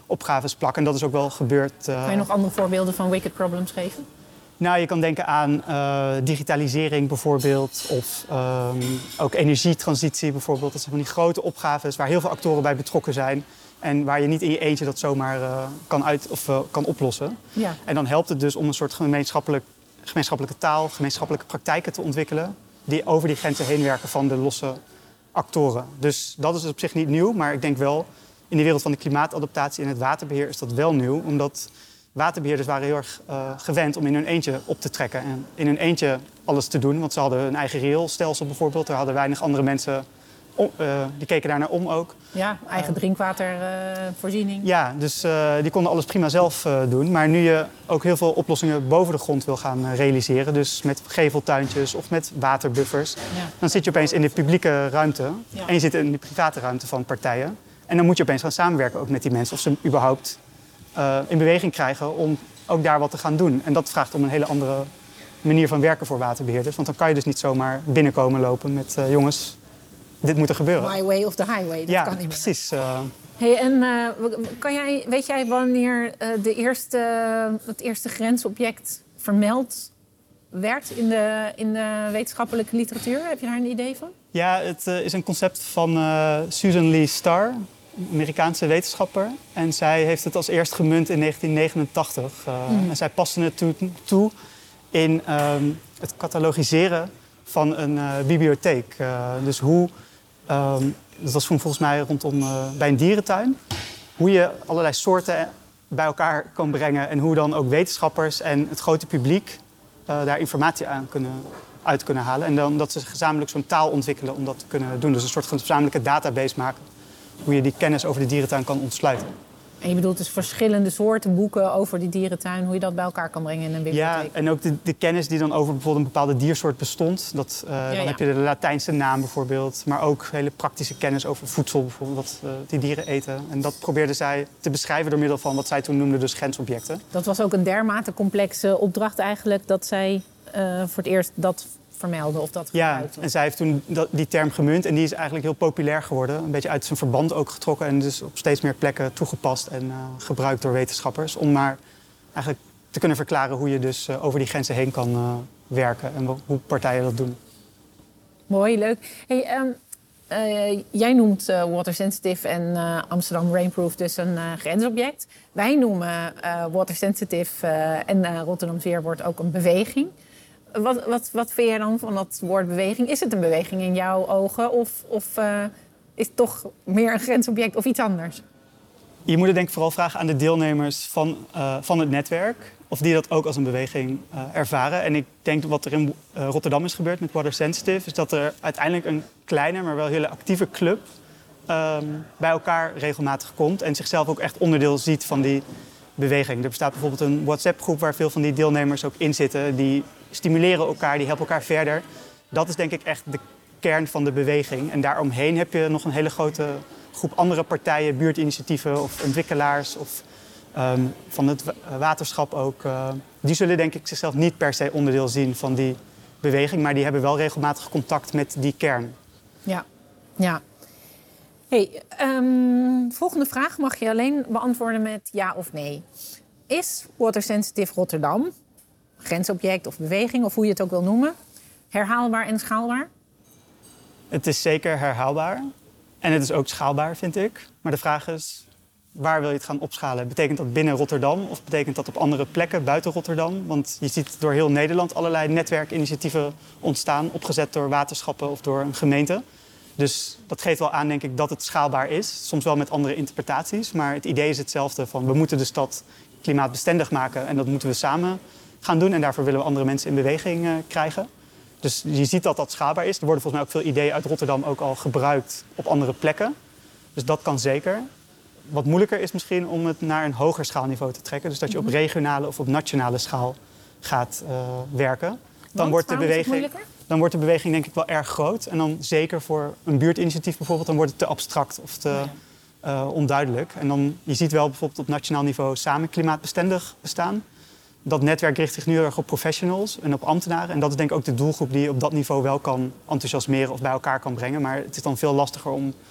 opgaves plakken. En dat is ook wel gebeurd. Uh... Kan je nog andere voorbeelden van wicked problems geven? Nou, je kan denken aan uh, digitalisering bijvoorbeeld. Of um, ook energietransitie bijvoorbeeld. Dat zijn van die grote opgaves waar heel veel actoren bij betrokken zijn. En waar je niet in je eentje dat zomaar uh, kan, uit, of, uh, kan oplossen. Ja. En dan helpt het dus om een soort gemeenschappelijk, gemeenschappelijke taal, gemeenschappelijke praktijken te ontwikkelen. Die over die grenzen heen werken van de losse actoren. Dus dat is op zich niet nieuw. Maar ik denk wel, in de wereld van de klimaatadaptatie en het waterbeheer is dat wel nieuw. Omdat waterbeheerders waren heel erg uh, gewend om in hun eentje op te trekken. En in hun eentje alles te doen. Want ze hadden een eigen rioolstelsel bijvoorbeeld. Er hadden weinig andere mensen, om, uh, die keken daar naar om ook. Ja, eigen drinkwatervoorziening. Uh, ja, dus uh, die konden alles prima zelf uh, doen. Maar nu je ook heel veel oplossingen boven de grond wil gaan uh, realiseren. Dus met geveltuintjes of met waterbuffers. Ja. Dan zit je opeens in de publieke ruimte. Ja. En je zit in de private ruimte van partijen. En dan moet je opeens gaan samenwerken ook met die mensen. Of ze überhaupt uh, in beweging krijgen om ook daar wat te gaan doen. En dat vraagt om een hele andere manier van werken voor waterbeheerders. Want dan kan je dus niet zomaar binnenkomen lopen met uh, jongens, dit moet er gebeuren. My way of the highway, dat ja, kan niet meer. Precies. Uh... Hey, en uh, kan jij, weet jij wanneer uh, de eerste, het eerste grensobject vermeld werd in de, in de wetenschappelijke literatuur? Heb je daar een idee van? Ja, het uh, is een concept van uh, Susan Lee Starr, een Amerikaanse wetenschapper. En zij heeft het als eerst gemunt in negentien negenentachtig. Uh, mm. En zij paste het toe, toe in um, het catalogiseren van een uh, bibliotheek. Uh, dus hoe, um, dat was volgens mij rondom uh, bij een dierentuin, hoe je allerlei soorten bij elkaar kan brengen en hoe dan ook wetenschappers en het grote publiek uh, daar informatie aan kunnen, uit kunnen halen. En dan dat ze gezamenlijk zo'n taal ontwikkelen om dat te kunnen doen. Dus een soort gezamenlijke database maken, hoe je die kennis over de dierentuin kan ontsluiten. En je bedoelt dus verschillende soorten boeken over die dierentuin, hoe je dat bij elkaar kan brengen in een bibliotheek? Ja, en ook de, de kennis die dan over bijvoorbeeld een bepaalde diersoort bestond. Dat, uh, ja, dan ja. heb je de Latijnse naam bijvoorbeeld, maar ook hele praktische kennis over voedsel bijvoorbeeld, wat uh, die dieren eten. En dat probeerden zij te beschrijven door middel van wat zij toen noemden dus grensobjecten. Dat was ook een dermate complexe opdracht eigenlijk, dat zij uh, voor het eerst dat vermelden of dat gebruikten. Ja, en zij heeft toen dat, die term gemunt en die is eigenlijk heel populair geworden. Een beetje uit zijn verband ook getrokken en dus op steeds meer plekken toegepast en uh, gebruikt door wetenschappers. Om maar eigenlijk te kunnen verklaren hoe je dus uh, over die grenzen heen kan uh, werken en hoe partijen dat doen. Mooi, leuk. Hey, um, uh, jij noemt uh, Water Sensitive en uh, Amsterdam Rainproof dus een uh, grensobject. Wij noemen uh, Water Sensitive uh, en uh, Rotterdam Veerwoord ook een beweging. Wat, wat, wat vind jij dan van dat woord beweging? Is het een beweging in jouw ogen of, of uh, is het toch meer een grensobject of iets anders? Je moet het denk ik vooral vragen aan de deelnemers van, uh, van het netwerk of die dat ook als een beweging uh, ervaren. En ik denk wat er in uh, Rotterdam is gebeurd met Water Sensitive is dat er uiteindelijk een kleine, maar wel hele actieve club um, bij elkaar regelmatig komt en zichzelf ook echt onderdeel ziet van die beweging. Er bestaat bijvoorbeeld een WhatsApp-groep waar veel van die deelnemers ook in zitten. Die stimuleren elkaar, die helpen elkaar verder. Dat is denk ik echt de kern van de beweging. En daaromheen heb je nog een hele grote groep andere partijen, buurtinitiatieven of ontwikkelaars of um, van het waterschap ook. Uh, die zullen denk ik zichzelf niet per se onderdeel zien van die beweging, maar die hebben wel regelmatig contact met die kern. Ja, ja. Hey, um, volgende vraag mag je alleen beantwoorden met ja of nee. Is Water Sensitive Rotterdam, grensobject of beweging, of hoe je het ook wil noemen, herhaalbaar en schaalbaar? Het is zeker herhaalbaar. En het is ook schaalbaar, vind ik. Maar de vraag is, waar wil je het gaan opschalen? Betekent dat binnen Rotterdam of betekent dat op andere plekken buiten Rotterdam? Want je ziet door heel Nederland allerlei netwerkinitiatieven ontstaan, opgezet door waterschappen of door een gemeente. Dus dat geeft wel aan, denk ik, dat het schaalbaar is. Soms wel met andere interpretaties, maar het idee is hetzelfde van we moeten de stad klimaatbestendig maken en dat moeten we samen gaan doen. En daarvoor willen we andere mensen in beweging uh, krijgen. Dus je ziet dat dat schaalbaar is. Er worden volgens mij ook veel ideeën uit Rotterdam ook al gebruikt op andere plekken. Dus dat kan zeker. Wat moeilijker is misschien om het naar een hoger schaalniveau te trekken. Dus dat je op regionale of op nationale schaal gaat uh, werken. Dan wordt, de beweging, dan wordt de beweging denk ik wel erg groot. En dan zeker voor een buurtinitiatief bijvoorbeeld, dan wordt het te abstract of te uh, onduidelijk. En dan, je ziet wel bijvoorbeeld op nationaal niveau samen klimaatbestendig bestaan. Dat netwerk richt zich nu heel erg op professionals en op ambtenaren. En dat is denk ik ook de doelgroep die je op dat niveau wel kan enthousiasmeren of bij elkaar kan brengen. Maar het is dan veel lastiger om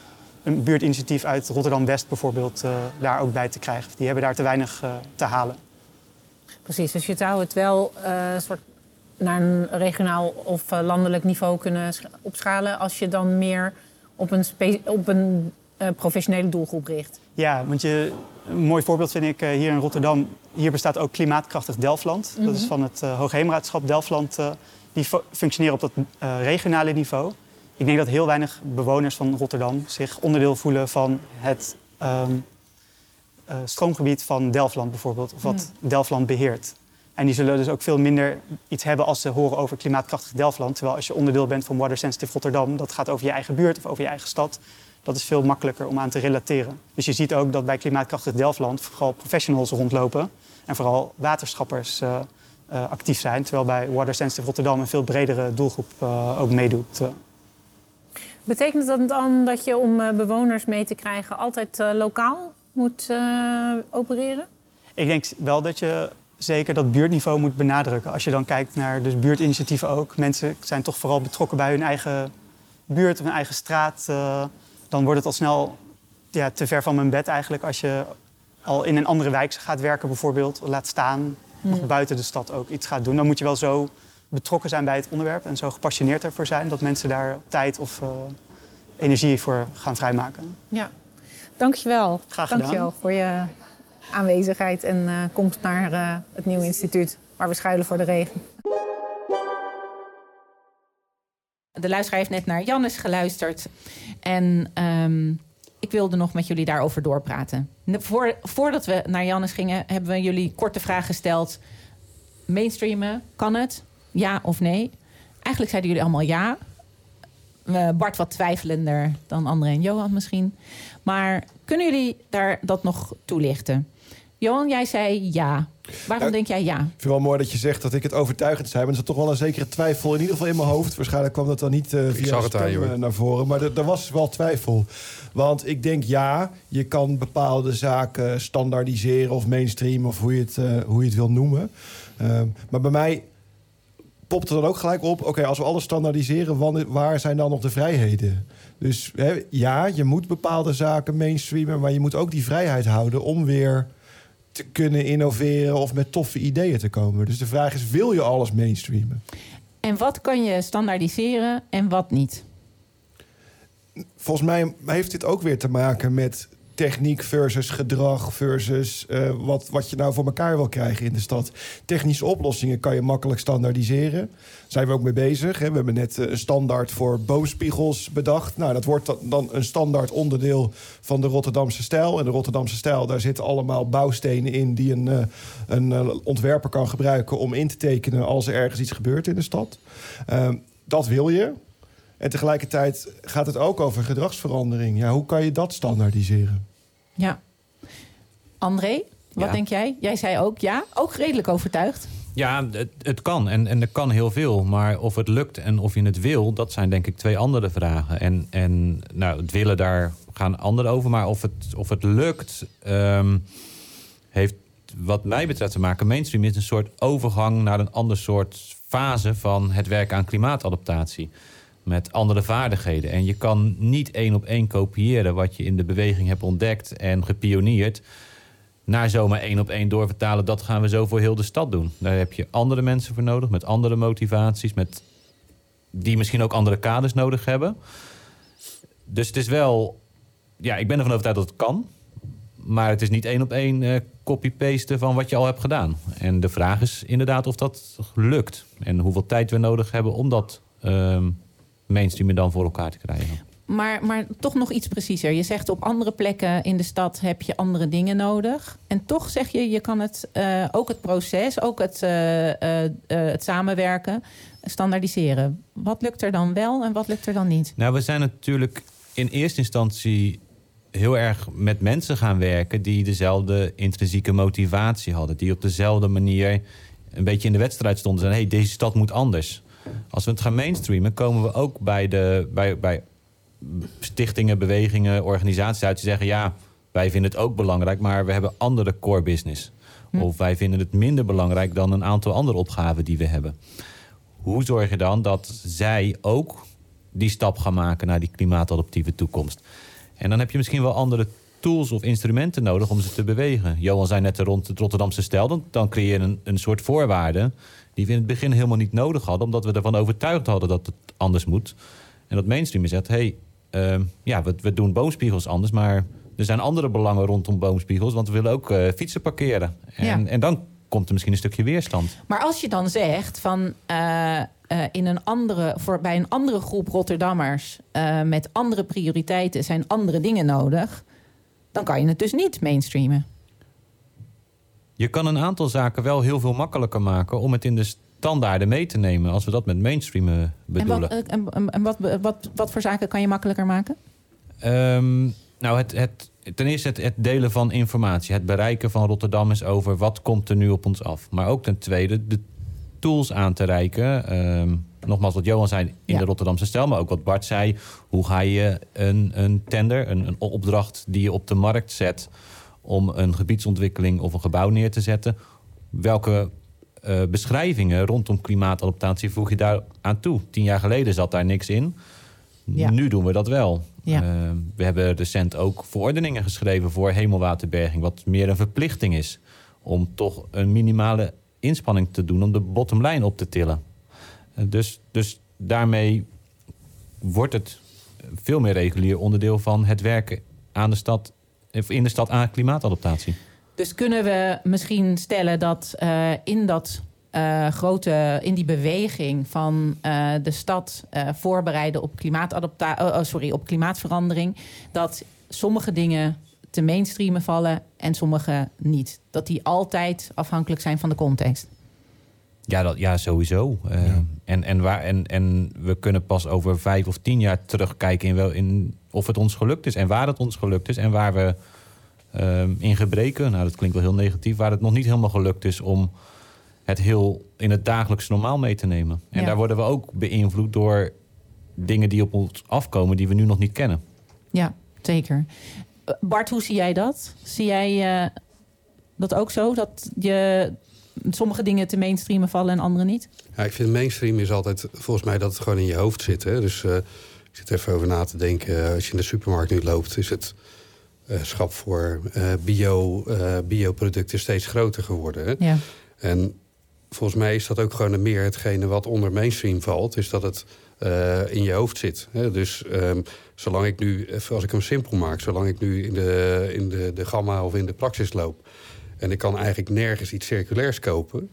een buurtinitiatief uit Rotterdam-West bijvoorbeeld uh, daar ook bij te krijgen. Die hebben daar te weinig uh, te halen. Precies, dus je zou het wel uh, soort naar een regionaal of uh, landelijk niveau kunnen opschalen als je dan meer op een, spe- op een uh, professionele doelgroep richt. Ja, want je, een mooi voorbeeld vind ik uh, hier in Rotterdam. Hier bestaat ook Klimaatkrachtig Delfland. Mm-hmm. Dat is van het uh, Hoogheemraadschap Delfland. Uh, die fo- functioneren op dat uh, regionale niveau. Ik denk dat heel weinig bewoners van Rotterdam zich onderdeel voelen van het um, uh, stroomgebied van Delfland bijvoorbeeld. Of wat mm. Delfland beheert. En die zullen dus ook veel minder iets hebben als ze horen over Klimaatkrachtig Delfland. Terwijl als je onderdeel bent van Water Sensitive Rotterdam, dat gaat over je eigen buurt of over je eigen stad. Dat is veel makkelijker om aan te relateren. Dus je ziet ook dat bij Klimaatkrachtig Delfland vooral professionals rondlopen. En vooral waterschappers uh, uh, actief zijn. Terwijl bij Water Sensitive Rotterdam een veel bredere doelgroep uh, ook meedoet. Uh. Betekent dat dan dat je om uh, bewoners mee te krijgen altijd uh, lokaal moet uh, opereren? Ik denk wel dat je zeker dat buurtniveau moet benadrukken. Als je dan kijkt naar dus buurtinitiatieven ook. Mensen zijn toch vooral betrokken bij hun eigen buurt of hun eigen straat. Uh, dan wordt het al snel ja, te ver van mijn bed eigenlijk. Als je al in een andere wijk gaat werken bijvoorbeeld. Laat staan, mm. nog buiten de stad ook iets gaat doen. Dan moet je wel zo betrokken zijn bij het onderwerp. En zo gepassioneerd ervoor zijn. Dat mensen daar tijd of uh, energie voor gaan vrijmaken. Ja, dankjewel. Graag gedaan. Dankjewel voor je aanwezigheid en uh, komst naar uh, het nieuwe instituut waar we schuilen voor de regen. De luisteraar heeft net naar Jannes geluisterd. En um, ik wilde nog met jullie daarover doorpraten. Voor, voordat we naar Jannes gingen, hebben we jullie korte vraag gesteld. Mainstreamen, kan het? Ja of nee? Eigenlijk zeiden jullie allemaal ja. Uh, Bart wat twijfelender dan André en Johan misschien. Maar kunnen jullie daar dat nog toelichten? Johan, jij zei ja. Waarom ja, denk jij ja? Ik vind het wel mooi dat je zegt dat ik het overtuigend zei. Maar er zat toch wel een zekere twijfel in ieder geval in mijn hoofd. Waarschijnlijk kwam dat dan niet uh, via de stem uh, naar voren. Maar er was wel twijfel. Want ik denk ja, je kan bepaalde zaken standaardiseren of mainstreamen of hoe je het, uh, hoe je het wil noemen. Uh, maar bij mij popt er dan ook gelijk op, oké, okay, als we alles standaardiseren, waar zijn dan nog de vrijheden? Dus hè, ja, je moet bepaalde zaken mainstreamen, maar je moet ook die vrijheid houden om weer te kunnen innoveren of met toffe ideeën te komen. Dus de vraag is, wil je alles mainstreamen? En wat kan je standaardiseren en wat niet? Volgens mij heeft dit ook weer te maken met techniek versus gedrag versus uh, wat, wat je nou voor elkaar wil krijgen in de stad. Technische oplossingen kan je makkelijk standaardiseren. Daar zijn we ook mee bezig. Hè. We hebben net een standaard voor boomspiegels bedacht. Nou, dat wordt dan een standaard onderdeel van de Rotterdamse stijl. En de Rotterdamse stijl, daar zitten allemaal bouwstenen in die een, uh, een uh, ontwerper kan gebruiken om in te tekenen als er ergens iets gebeurt in de stad. Uh, dat wil je. En tegelijkertijd gaat het ook over gedragsverandering. Ja, hoe kan je dat standaardiseren? Ja. André, wat ja. denk jij? Jij zei ook ja, ook redelijk overtuigd. Ja, het, het kan en, en er kan heel veel. Maar of het lukt en of je het wil, dat zijn denk ik twee andere vragen. En, en nou, het willen, daar gaan anderen over. Maar of het, of het lukt, um, heeft wat mij betreft te maken. Mainstream is een soort overgang naar een ander soort fase van het werken aan klimaatadaptatie. Met andere vaardigheden. En je kan niet één op één kopiëren wat je in de beweging hebt ontdekt en gepioneerd, naar zomaar één op één doorvertalen. Dat gaan we zo voor heel de stad doen. Daar heb je andere mensen voor nodig, met andere motivaties, met die misschien ook andere kaders nodig hebben. Dus het is wel, ja, ik ben ervan overtuigd dat het kan. Maar het is niet één op één uh, copy-pasten van wat je al hebt gedaan. En de vraag is inderdaad of dat lukt. En hoeveel tijd we nodig hebben om dat Uh, mainstreamen dan voor elkaar te krijgen. Maar, maar toch nog iets preciezer. Je zegt op andere plekken in de stad heb je andere dingen nodig. En toch zeg je, je kan het uh, ook het proces, ook het, uh, uh, uh, het samenwerken standaardiseren. Wat lukt er dan wel en wat lukt er dan niet? Nou, we zijn natuurlijk in eerste instantie heel erg met mensen gaan werken die dezelfde intrinsieke motivatie hadden. Die op dezelfde manier een beetje in de wedstrijd stonden. En hey, deze stad moet anders. Als we het gaan mainstreamen, komen we ook bij, de, bij, bij stichtingen, bewegingen, organisaties uit die zeggen, ja, wij vinden het ook belangrijk, maar we hebben andere core business. Hm. Of wij vinden het minder belangrijk dan een aantal andere opgaven die we hebben. Hoe zorg je dan dat zij ook die stap gaan maken naar die klimaatadaptieve toekomst? En dan heb je misschien wel andere tools of instrumenten nodig om ze te bewegen. Johan zei net rond het Rotterdamse stel, dan, dan creëer je een, een soort voorwaarden die we in het begin helemaal niet nodig hadden, omdat we ervan overtuigd hadden dat het anders moet. En dat mainstream zegt, hé, hey, uh, ja, we, we doen boomspiegels anders, maar er zijn andere belangen rondom boomspiegels, want we willen ook uh, fietsen parkeren. En, Ja. en dan komt er misschien een stukje weerstand. Maar als je dan zegt van uh, uh, in een andere, voor, bij een andere groep Rotterdammers uh, met andere prioriteiten zijn andere dingen nodig, dan kan je het dus niet mainstreamen. Je kan een aantal zaken wel heel veel makkelijker maken om het in de standaarden mee te nemen, als we dat met mainstreamen bedoelen. En, wat, en, en, en wat, wat, wat voor zaken kan je makkelijker maken? Um, nou, het, het, ten eerste het, het delen van informatie. Het bereiken van Rotterdammers over wat komt er nu op ons af. Maar ook ten tweede de tools aan te reiken. Um, nogmaals, wat Johan zei in Ja. de Rotterdamse stijl, maar ook wat Bart zei. Hoe ga je een, een tender, een, een opdracht die je op de markt zet om een gebiedsontwikkeling of een gebouw neer te zetten? Welke uh, beschrijvingen rondom klimaatadaptatie voeg je daar aan toe? Tien jaar geleden zat daar niks in. Ja. Nu doen we dat wel. Ja. Uh, we hebben recent ook verordeningen geschreven voor hemelwaterberging, wat meer een verplichting is om toch een minimale inspanning te doen om de bottomline op te tillen. Uh, dus, dus daarmee wordt het veel meer regulier onderdeel van het werken aan de stad, in de stad aan klimaatadaptatie. Dus kunnen we misschien stellen dat uh, in dat uh, grote, in die beweging van uh, de stad uh, voorbereiden op klimaatadaptatie, uh, oh, sorry, op klimaatverandering, dat sommige dingen te mainstreamen vallen en sommige niet. Dat die altijd afhankelijk zijn van de context. Ja, dat, ja sowieso. Uh, ja. En, en, waar, en, en we kunnen pas over vijf of tien jaar terugkijken in, wel, in of het ons gelukt is en waar het ons gelukt is en waar we uh, in gebreken, nou dat klinkt wel heel negatief, waar het nog niet helemaal gelukt is om het heel in het dagelijks normaal mee te nemen. En ja. daar worden we ook beïnvloed door dingen die op ons afkomen die we nu nog niet kennen. Ja, zeker. Bart, hoe zie jij dat? Zie jij uh, dat ook zo? Dat je sommige dingen te mainstreamen vallen en andere niet? Ja, ik vind mainstream is altijd volgens mij dat het gewoon in je hoofd zit. Hè? Dus uh, ik zit even over na te denken. Als je in de supermarkt nu loopt, is het uh, schap voor uh, bio, uh, bioproducten steeds groter geworden. Hè? Ja. En volgens mij is dat ook gewoon meer hetgene wat onder mainstream valt, is dat het uh, in je hoofd zit. Hè? Dus um, zolang ik nu, als ik hem simpel maak, zolang ik nu in de, in de, de gamma of in de praxis loop en ik kan eigenlijk nergens iets circulairs kopen,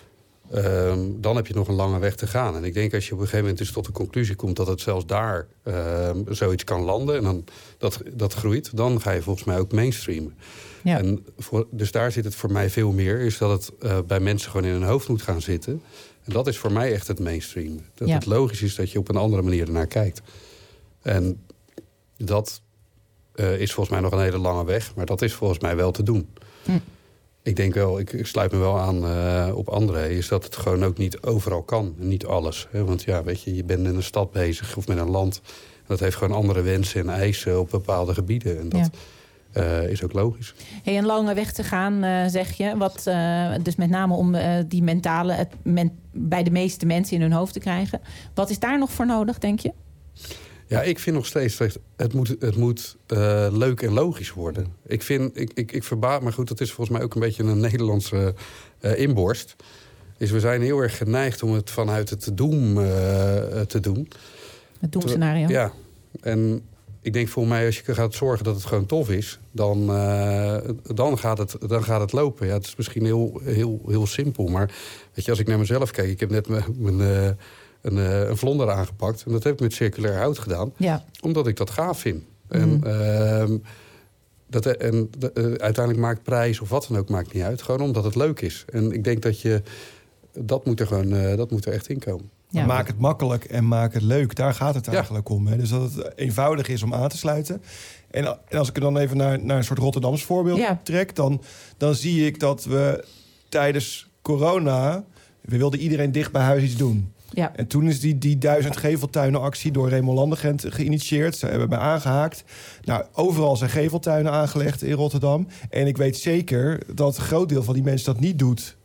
Um, dan heb je nog een lange weg te gaan. En ik denk als je op een gegeven moment dus tot de conclusie komt dat het zelfs daar um, zoiets kan landen en dan dat, dat groeit, dan ga je volgens mij ook mainstreamen. Ja. En voor, dus daar zit het voor mij veel meer, is dat het uh, bij mensen gewoon in hun hoofd moet gaan zitten. En dat is voor mij echt het mainstreamen. Dat ja. het logisch is dat je op een andere manier ernaar kijkt. En dat uh, is volgens mij nog een hele lange weg, maar dat is volgens mij wel te doen. Hm. Ik denk wel, ik, ik sluit me wel aan uh, op André, is dat het gewoon ook niet overal kan. Niet alles. Hè? Want ja, weet je, je bent in een stad bezig of met een land. Dat heeft gewoon andere wensen en eisen op bepaalde gebieden. En dat ja. uh, is ook logisch. Hey, een lange weg te gaan, uh, zeg je. Wat, uh, dus met name om uh, die mentale, het men, bij de meeste mensen in hun hoofd te krijgen. Wat is daar nog voor nodig, denk je? Ja, ik vind nog steeds dat het moet, het moet uh, leuk en logisch worden. Ik vind, ik, ik, ik verbaas, maar goed, dat is volgens mij ook een beetje een Nederlandse uh, inborst. Is we zijn heel erg geneigd om het vanuit het doem uh, te doen. Het doemscenario. Ja, en ik denk voor mij als je gaat zorgen dat het gewoon tof is, dan, uh, dan, gaat, het, dan gaat het lopen. Ja, het is misschien heel, heel, heel simpel, maar weet je, als ik naar mezelf kijk, ik heb net mijn, mijn uh, Een, een vlonder aangepakt. En dat heb ik met circulair hout gedaan. Ja. Omdat ik dat gaaf vind. Mm. En, uh, dat, en uh, uiteindelijk maakt prijs of wat dan ook maakt niet uit. Gewoon omdat het leuk is. En ik denk dat je dat moet er gewoon uh, dat moet er echt in komen. Ja. Maak het makkelijk en maak het leuk. Daar gaat het eigenlijk ja. om. Hè? Dus dat het eenvoudig is om aan te sluiten. En, en als ik er dan even naar, naar een soort Rotterdams voorbeeld ja. trek, dan, dan zie ik dat we tijdens corona, we wilden iedereen dicht bij huis iets doen. Ja. En toen is die, die duizend geveltuinenactie door Raymond Landegent geïnitieerd. Ze hebben mij aangehaakt. Nou, overal zijn geveltuinen aangelegd in Rotterdam. En ik weet zeker dat een groot deel van die mensen dat niet doet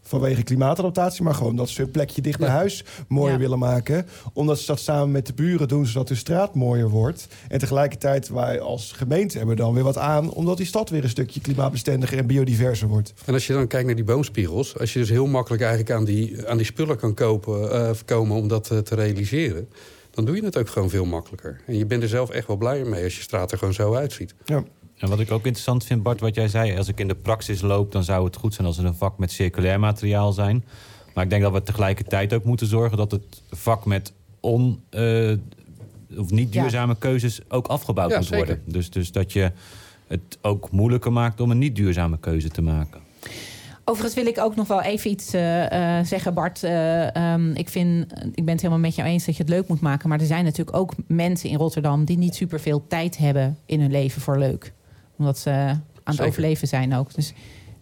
vanwege klimaatadaptatie, maar gewoon dat ze hun plekje dicht bij Ja. huis mooier Ja. willen maken. Omdat ze dat samen met de buren doen, zodat de straat mooier wordt. En tegelijkertijd wij als gemeente hebben dan weer wat aan, omdat die stad weer een stukje klimaatbestendiger en biodiverser wordt. En als je dan kijkt naar die boomspiegels, als je dus heel makkelijk eigenlijk aan die, aan die spullen kan kopen, uh, komen om dat uh, te realiseren, dan doe je het ook gewoon veel makkelijker. En je bent er zelf echt wel blij mee als je straat er gewoon zo uitziet. Ja. En wat ik ook interessant vind, Bart, wat jij zei, als ik in de praxis loop, dan zou het goed zijn als er een vak met circulair materiaal zijn. Maar ik denk dat we tegelijkertijd ook moeten zorgen dat het vak met on, uh, of niet duurzame ja. keuzes ook afgebouwd ja, moet zeker. worden. Dus, dus dat je het ook moeilijker maakt om een niet duurzame keuze te maken. Overigens wil ik ook nog wel even iets uh, uh, zeggen, Bart. Uh, um, ik, vind, ik ben het helemaal met jou eens dat je het leuk moet maken. Maar er zijn natuurlijk ook mensen in Rotterdam die niet superveel tijd hebben in hun leven voor leuk. Omdat ze aan het Zeker. overleven zijn ook. Dus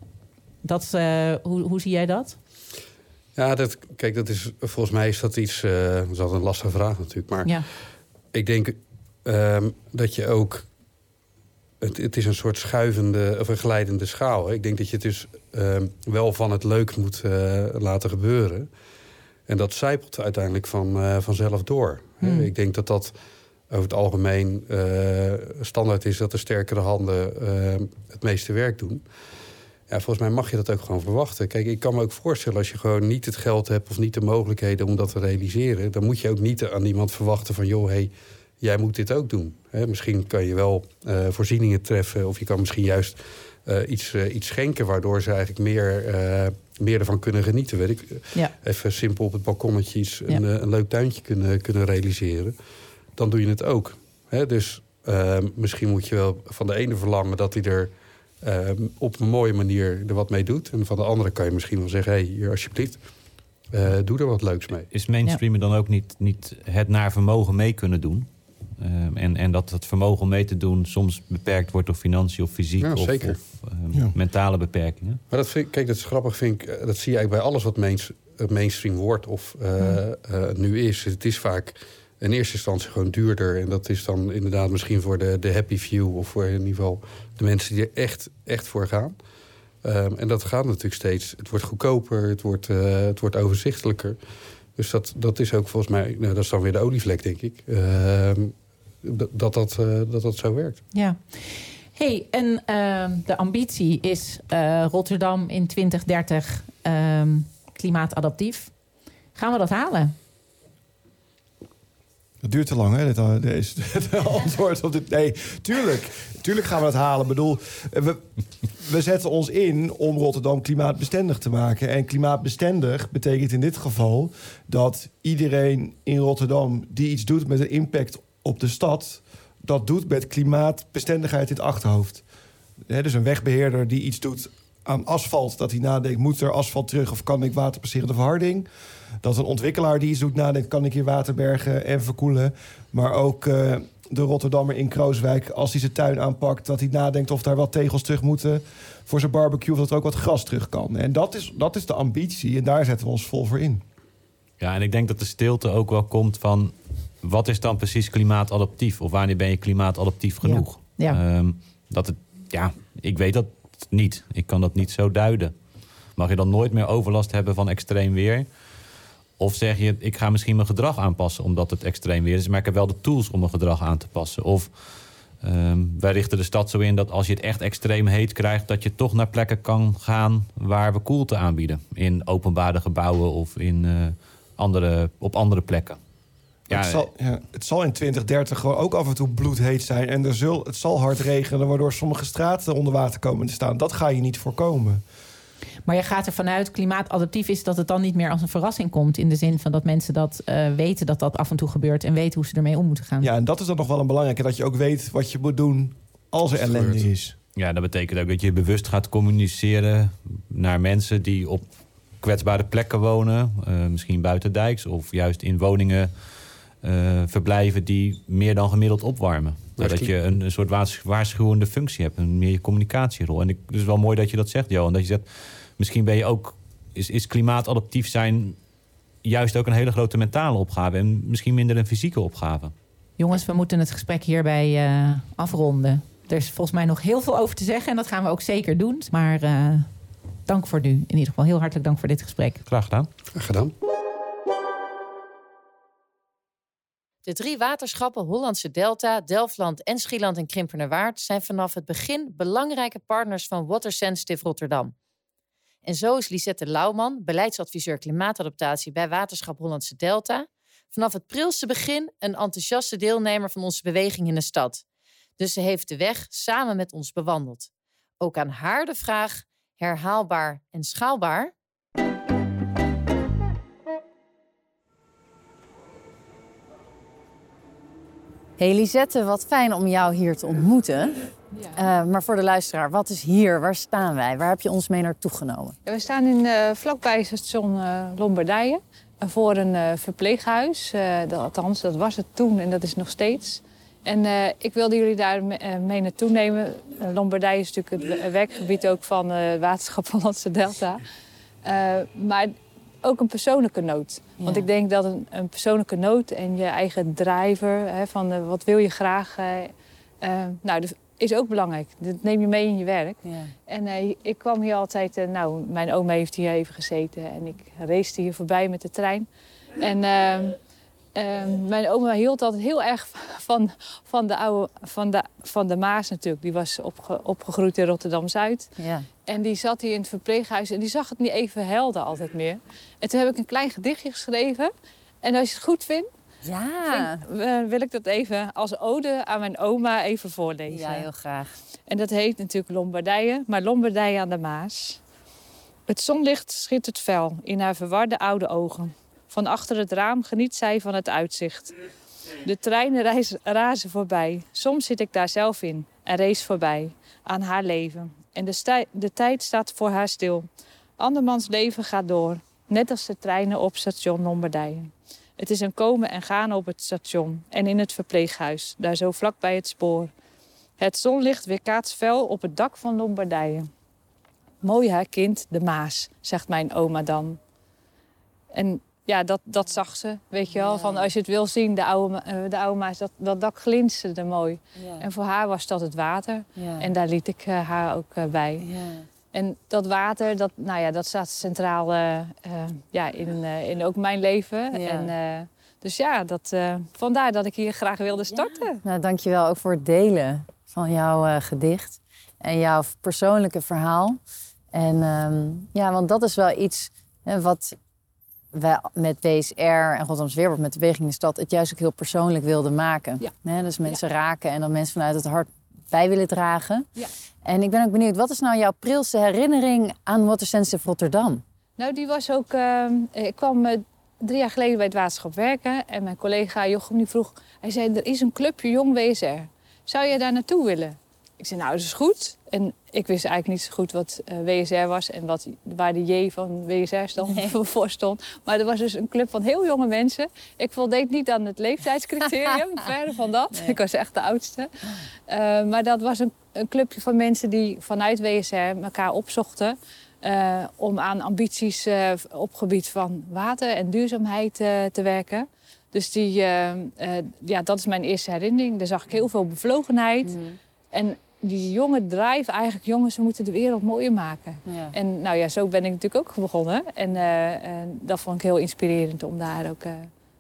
dat, uh, hoe, hoe zie jij dat? Ja, dat, kijk, dat is, volgens mij is dat iets... Uh, dat is altijd een lastige vraag natuurlijk. Maar ja. ik denk um, dat je ook... Het, het is een soort schuivende of een glijdende schaal. Hè. Ik denk dat je het dus um, wel van het leuk moet uh, laten gebeuren. En dat zijpelt uiteindelijk van, uh, vanzelf door. Hmm. Ik denk dat dat over het algemeen uh, standaard is dat de sterkere handen uh, het meeste werk doen. Ja, volgens mij mag je dat ook gewoon verwachten. Kijk, ik kan me ook voorstellen als je gewoon niet het geld hebt of niet de mogelijkheden om dat te realiseren, dan moet je ook niet aan iemand verwachten van joh, hey, jij moet dit ook doen. He, misschien kan je wel uh, voorzieningen treffen of je kan misschien juist uh, iets, uh, iets schenken waardoor ze eigenlijk meer, uh, meer ervan kunnen genieten. Weet ik, ja. Even simpel op het balkonnetje iets, ja. een, uh, een leuk tuintje kunnen, kunnen realiseren. Dan doe je het ook. He, dus uh, misschien moet je wel van de ene verlangen dat hij er uh, op een mooie manier er wat mee doet. En van de andere kan je misschien wel zeggen, hé, hey, hier alsjeblieft, uh, doe er wat leuks mee. Is mainstreamen ja. dan ook niet, niet het naar vermogen mee kunnen doen? Uh, en, en dat het vermogen om mee te doen soms beperkt wordt door financiën of fysiek ja, of, of uh, ja. mentale beperkingen. Maar dat vind, kijk, dat is grappig, vind ik. Dat zie je eigenlijk bij alles wat mains, mainstream wordt of uh, hmm. uh, nu is. Het is vaak in eerste instantie gewoon duurder. En dat is dan inderdaad misschien voor de, de happy few of voor in ieder geval de mensen die er echt, echt voor gaan. Um, en dat gaat natuurlijk steeds. Het wordt goedkoper, het wordt, uh, het wordt overzichtelijker. Dus dat, dat is ook volgens mij, nou, dat is dan weer de olievlek, denk ik. Uh, dat dat, uh, dat dat zo werkt. Ja. Hey, en uh, de ambitie is uh, Rotterdam in twintig dertig uh, klimaatadaptief. Gaan we dat halen? Het duurt te lang, hè? Dit, deze, het antwoord op dit. Nee, tuurlijk. Tuurlijk gaan we dat halen. Ik bedoel, we, we zetten ons in om Rotterdam klimaatbestendig te maken. En klimaatbestendig betekent in dit geval dat iedereen in Rotterdam die iets doet met een impact op de stad, dat doet met klimaatbestendigheid in het achterhoofd. He, dus een wegbeheerder die iets doet aan asfalt, dat hij nadenkt, moet er asfalt terug of kan ik waterpasserende verharding? Dat een ontwikkelaar die iets doet nadenkt, kan ik hier waterbergen en verkoelen? Maar ook uh, de Rotterdammer in Krooswijk, als hij zijn tuin aanpakt, dat hij nadenkt of daar wat tegels terug moeten voor zijn barbecue, of dat er ook wat gras terug kan. En dat is, dat is de ambitie en daar zetten we ons vol voor in. Ja, en ik denk dat de stilte ook wel komt van wat is dan precies klimaatadaptief? Of wanneer ben je klimaatadaptief genoeg? Ja. Ja. Um, dat het, ja, ik weet dat niet. Ik kan dat niet zo duiden. Mag je dan nooit meer overlast hebben van extreem weer? Of zeg je, ik ga misschien mijn gedrag aanpassen omdat het extreem weer is, maar ik heb wel de tools om mijn gedrag aan te passen. Of um, wij richten de stad zo in dat als je het echt extreem heet krijgt, dat je toch naar plekken kan gaan waar we koelte aanbieden. In openbare gebouwen of in, uh, andere, op andere plekken. Ja, het, zal, ja, het zal in twintig dertig gewoon ook af en toe bloedheet zijn. En er zul, het zal hard regenen, waardoor sommige straten onder water komen te staan. Dat ga je niet voorkomen. Maar je gaat er vanuit, klimaatadaptief is dat het dan niet meer als een verrassing komt. In de zin van dat mensen dat uh, weten dat dat af en toe gebeurt en weten hoe ze ermee om moeten gaan. Ja, en dat is dan nog wel een belangrijke. Dat je ook weet wat je moet doen als er ellende is. Ja, dat betekent ook dat je bewust gaat communiceren naar mensen die op kwetsbare plekken wonen. Uh, misschien buitendijks of juist in woningen Uh, verblijven die meer dan gemiddeld opwarmen. Ja, dat je een, een soort waarschuwende functie hebt, een meer communicatierol. En ik, het is wel mooi dat je dat zegt, Johan. Dat je zegt, misschien ben je ook, is, is klimaatadaptief zijn juist ook een hele grote mentale opgave en misschien minder een fysieke opgave. Jongens, we moeten het gesprek hierbij uh, afronden. Er is volgens mij nog heel veel over te zeggen en dat gaan we ook zeker doen. Maar uh, dank voor nu. In ieder geval heel hartelijk dank voor dit gesprek. Graag gedaan. Graag gedaan. De drie waterschappen Hollandse Delta, Delfland en Schieland en Krimpenerwaard zijn vanaf het begin belangrijke partners van Water Sensitive Rotterdam. En zo is Lisette Lauwman, beleidsadviseur klimaatadaptatie bij Waterschap Hollandse Delta, vanaf het prilste begin een enthousiaste deelnemer van onze beweging in de stad. Dus ze heeft de weg samen met ons bewandeld. Ook aan haar de vraag, herhaalbaar en schaalbaar? Hey Lisette, wat fijn om jou hier te ontmoeten. Ja. Uh, maar voor de luisteraar, wat is hier? Waar staan wij? Waar heb je ons mee naartoe genomen? Ja, we staan in, uh, vlakbij station uh, Lombardije. Uh, voor een uh, verpleeghuis. Uh, dat, althans, dat was het toen en dat is nog steeds. En uh, ik wilde jullie daar me, uh, mee naartoe nemen. Uh, Lombardije is natuurlijk het werkgebied ook van uh, Waterschap Hollandse Delta. Uh, maar ook een persoonlijke noot. Ja. Want ik denk dat een, een persoonlijke noot en je eigen driver... Hè, van uh, wat wil je graag... Uh, uh, nou, dat is ook belangrijk. Dat neem je mee in je werk. Ja. En uh, ik kwam hier altijd... Uh, nou, mijn oma heeft hier even gezeten. En ik race hier voorbij met de trein. En... Uh, Uh, mijn oma hield altijd heel erg van, van, de, oude, van, de, van de Maas natuurlijk. Die was opge, opgegroeid in Rotterdam-Zuid. Ja. En die zat hier in het verpleeghuis en die zag het niet even helder altijd meer. En toen heb ik een klein gedichtje geschreven. En als je het goed vindt, ja. vind, uh, wil ik dat even als ode aan mijn oma even voorlezen. Ja, heel graag. En dat heet natuurlijk Lombardije, maar Lombardije aan de Maas. Het zonlicht schittert fel in haar verwarde oude ogen. Van achter het raam geniet zij van het uitzicht. De treinen reizen, razen voorbij. Soms zit ik daar zelf in en race voorbij. Aan haar leven. En de, stij, de tijd staat voor haar stil. Andermans leven gaat door. Net als de treinen op station Lombardije. Het is een komen en gaan op het station. En in het verpleeghuis. Daar zo vlak bij het spoor. Het zonlicht weerkaatst fel op het dak van Lombardije. Mooi haar kind, de Maas, zegt mijn oma dan. En... Ja, dat, dat zag ze, weet je wel. Ja. Van als je het wil zien, de oude, de oude Maas, dat, dat dak glinsterde mooi. Ja. En voor haar was dat het water. Ja. En daar liet ik uh, haar ook uh, bij. Ja. En dat water, dat, nou ja, dat staat centraal uh, uh, ja, in, uh, in ook mijn leven. Ja. En, uh, dus ja, dat, uh, vandaar dat ik hier graag wilde starten. Ja. Nou, dankjewel ook voor het delen van jouw uh, gedicht. En jouw persoonlijke verhaal. En um, ja, want dat is wel iets hè, wat... wij met W S R en Rotterdams Weerwoord met de Beweging in de Stad het juist ook heel persoonlijk wilden maken. Ja. Nee, dus mensen ja. raken en dan mensen vanuit het hart bij willen dragen. Ja. En ik ben ook benieuwd, wat is nou jouw prilste herinnering aan Water Sensitive Rotterdam? Nou, die was ook... Uh, ik kwam uh, drie jaar geleden bij het waterschap werken en mijn collega Jochem die vroeg... Hij zei, er is een clubje Jong W S R. Zou je daar naartoe willen? Ik zei, nou, dat is goed. En ik wist eigenlijk niet zo goed wat uh, W S R was en wat, waar de J van W S R stond, nee. voor stond. Maar er was dus een club van heel jonge mensen. Ik voldeed niet aan het leeftijdscriterium, verder van dat. Nee. Ik was echt de oudste. Uh, maar dat was een, een clubje van mensen die vanuit W S R elkaar opzochten... Uh, om aan ambities uh, op gebied van water en duurzaamheid uh, te werken. Dus die, uh, uh, ja, dat is mijn eerste herinnering. Daar zag ik heel veel bevlogenheid. Mm. En die jonge drive, eigenlijk jongens, we moeten de wereld mooier maken. Ja. En nou ja, zo ben ik natuurlijk ook begonnen. En uh, uh, dat vond ik heel inspirerend om daar ook uh,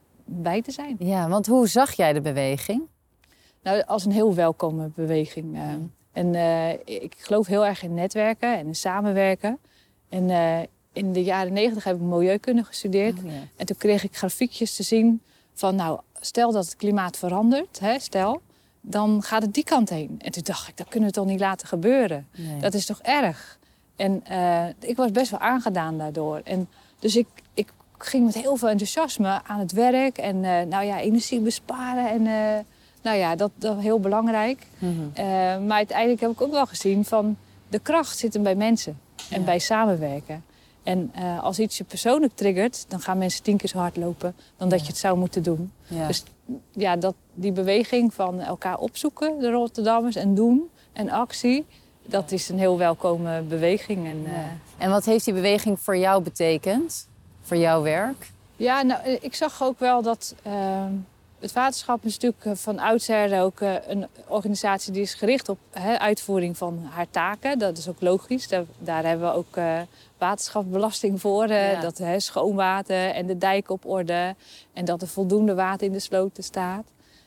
bij te zijn. Ja, want hoe zag jij de beweging? Nou, als een heel welkome beweging. Uh, mm. En uh, ik geloof heel erg in netwerken en in samenwerken. En uh, in de jaren negentig heb ik milieukunde gestudeerd. Oh, ja. En toen kreeg ik grafiekjes te zien van, nou, stel dat het klimaat verandert, hè, stel... dan gaat het die kant heen. En toen dacht ik, dat kunnen we toch niet laten gebeuren. Nee. Dat is toch erg? En uh, ik was best wel aangedaan daardoor. En dus ik, ik ging met heel veel enthousiasme aan het werk. En uh, nou ja, energie besparen. En uh, nou ja, dat, dat was heel belangrijk. Mm-hmm. Uh, maar uiteindelijk heb ik ook wel gezien van... de kracht zit hem bij mensen. En ja. bij samenwerken. En uh, als iets je persoonlijk triggert... dan gaan mensen tien keer zo hard lopen... dan dat ja. je het zou moeten doen. Ja. Dus ja, dat, die beweging van elkaar opzoeken, de Rotterdammers... en doen en actie... dat is een heel welkome beweging. En, uh... ja. en wat heeft die beweging voor jou betekend? Voor jouw werk? Ja, nou, ik zag ook wel dat... Uh, Het waterschap is natuurlijk van oudsher ook uh, een organisatie die is gericht op he, uitvoering van haar taken. Dat is ook logisch. Daar, daar hebben we ook uh, waterschapsbelasting voor. Uh, ja. Dat he, schoon water en de dijk op orde. En dat er voldoende water in de sloten staat.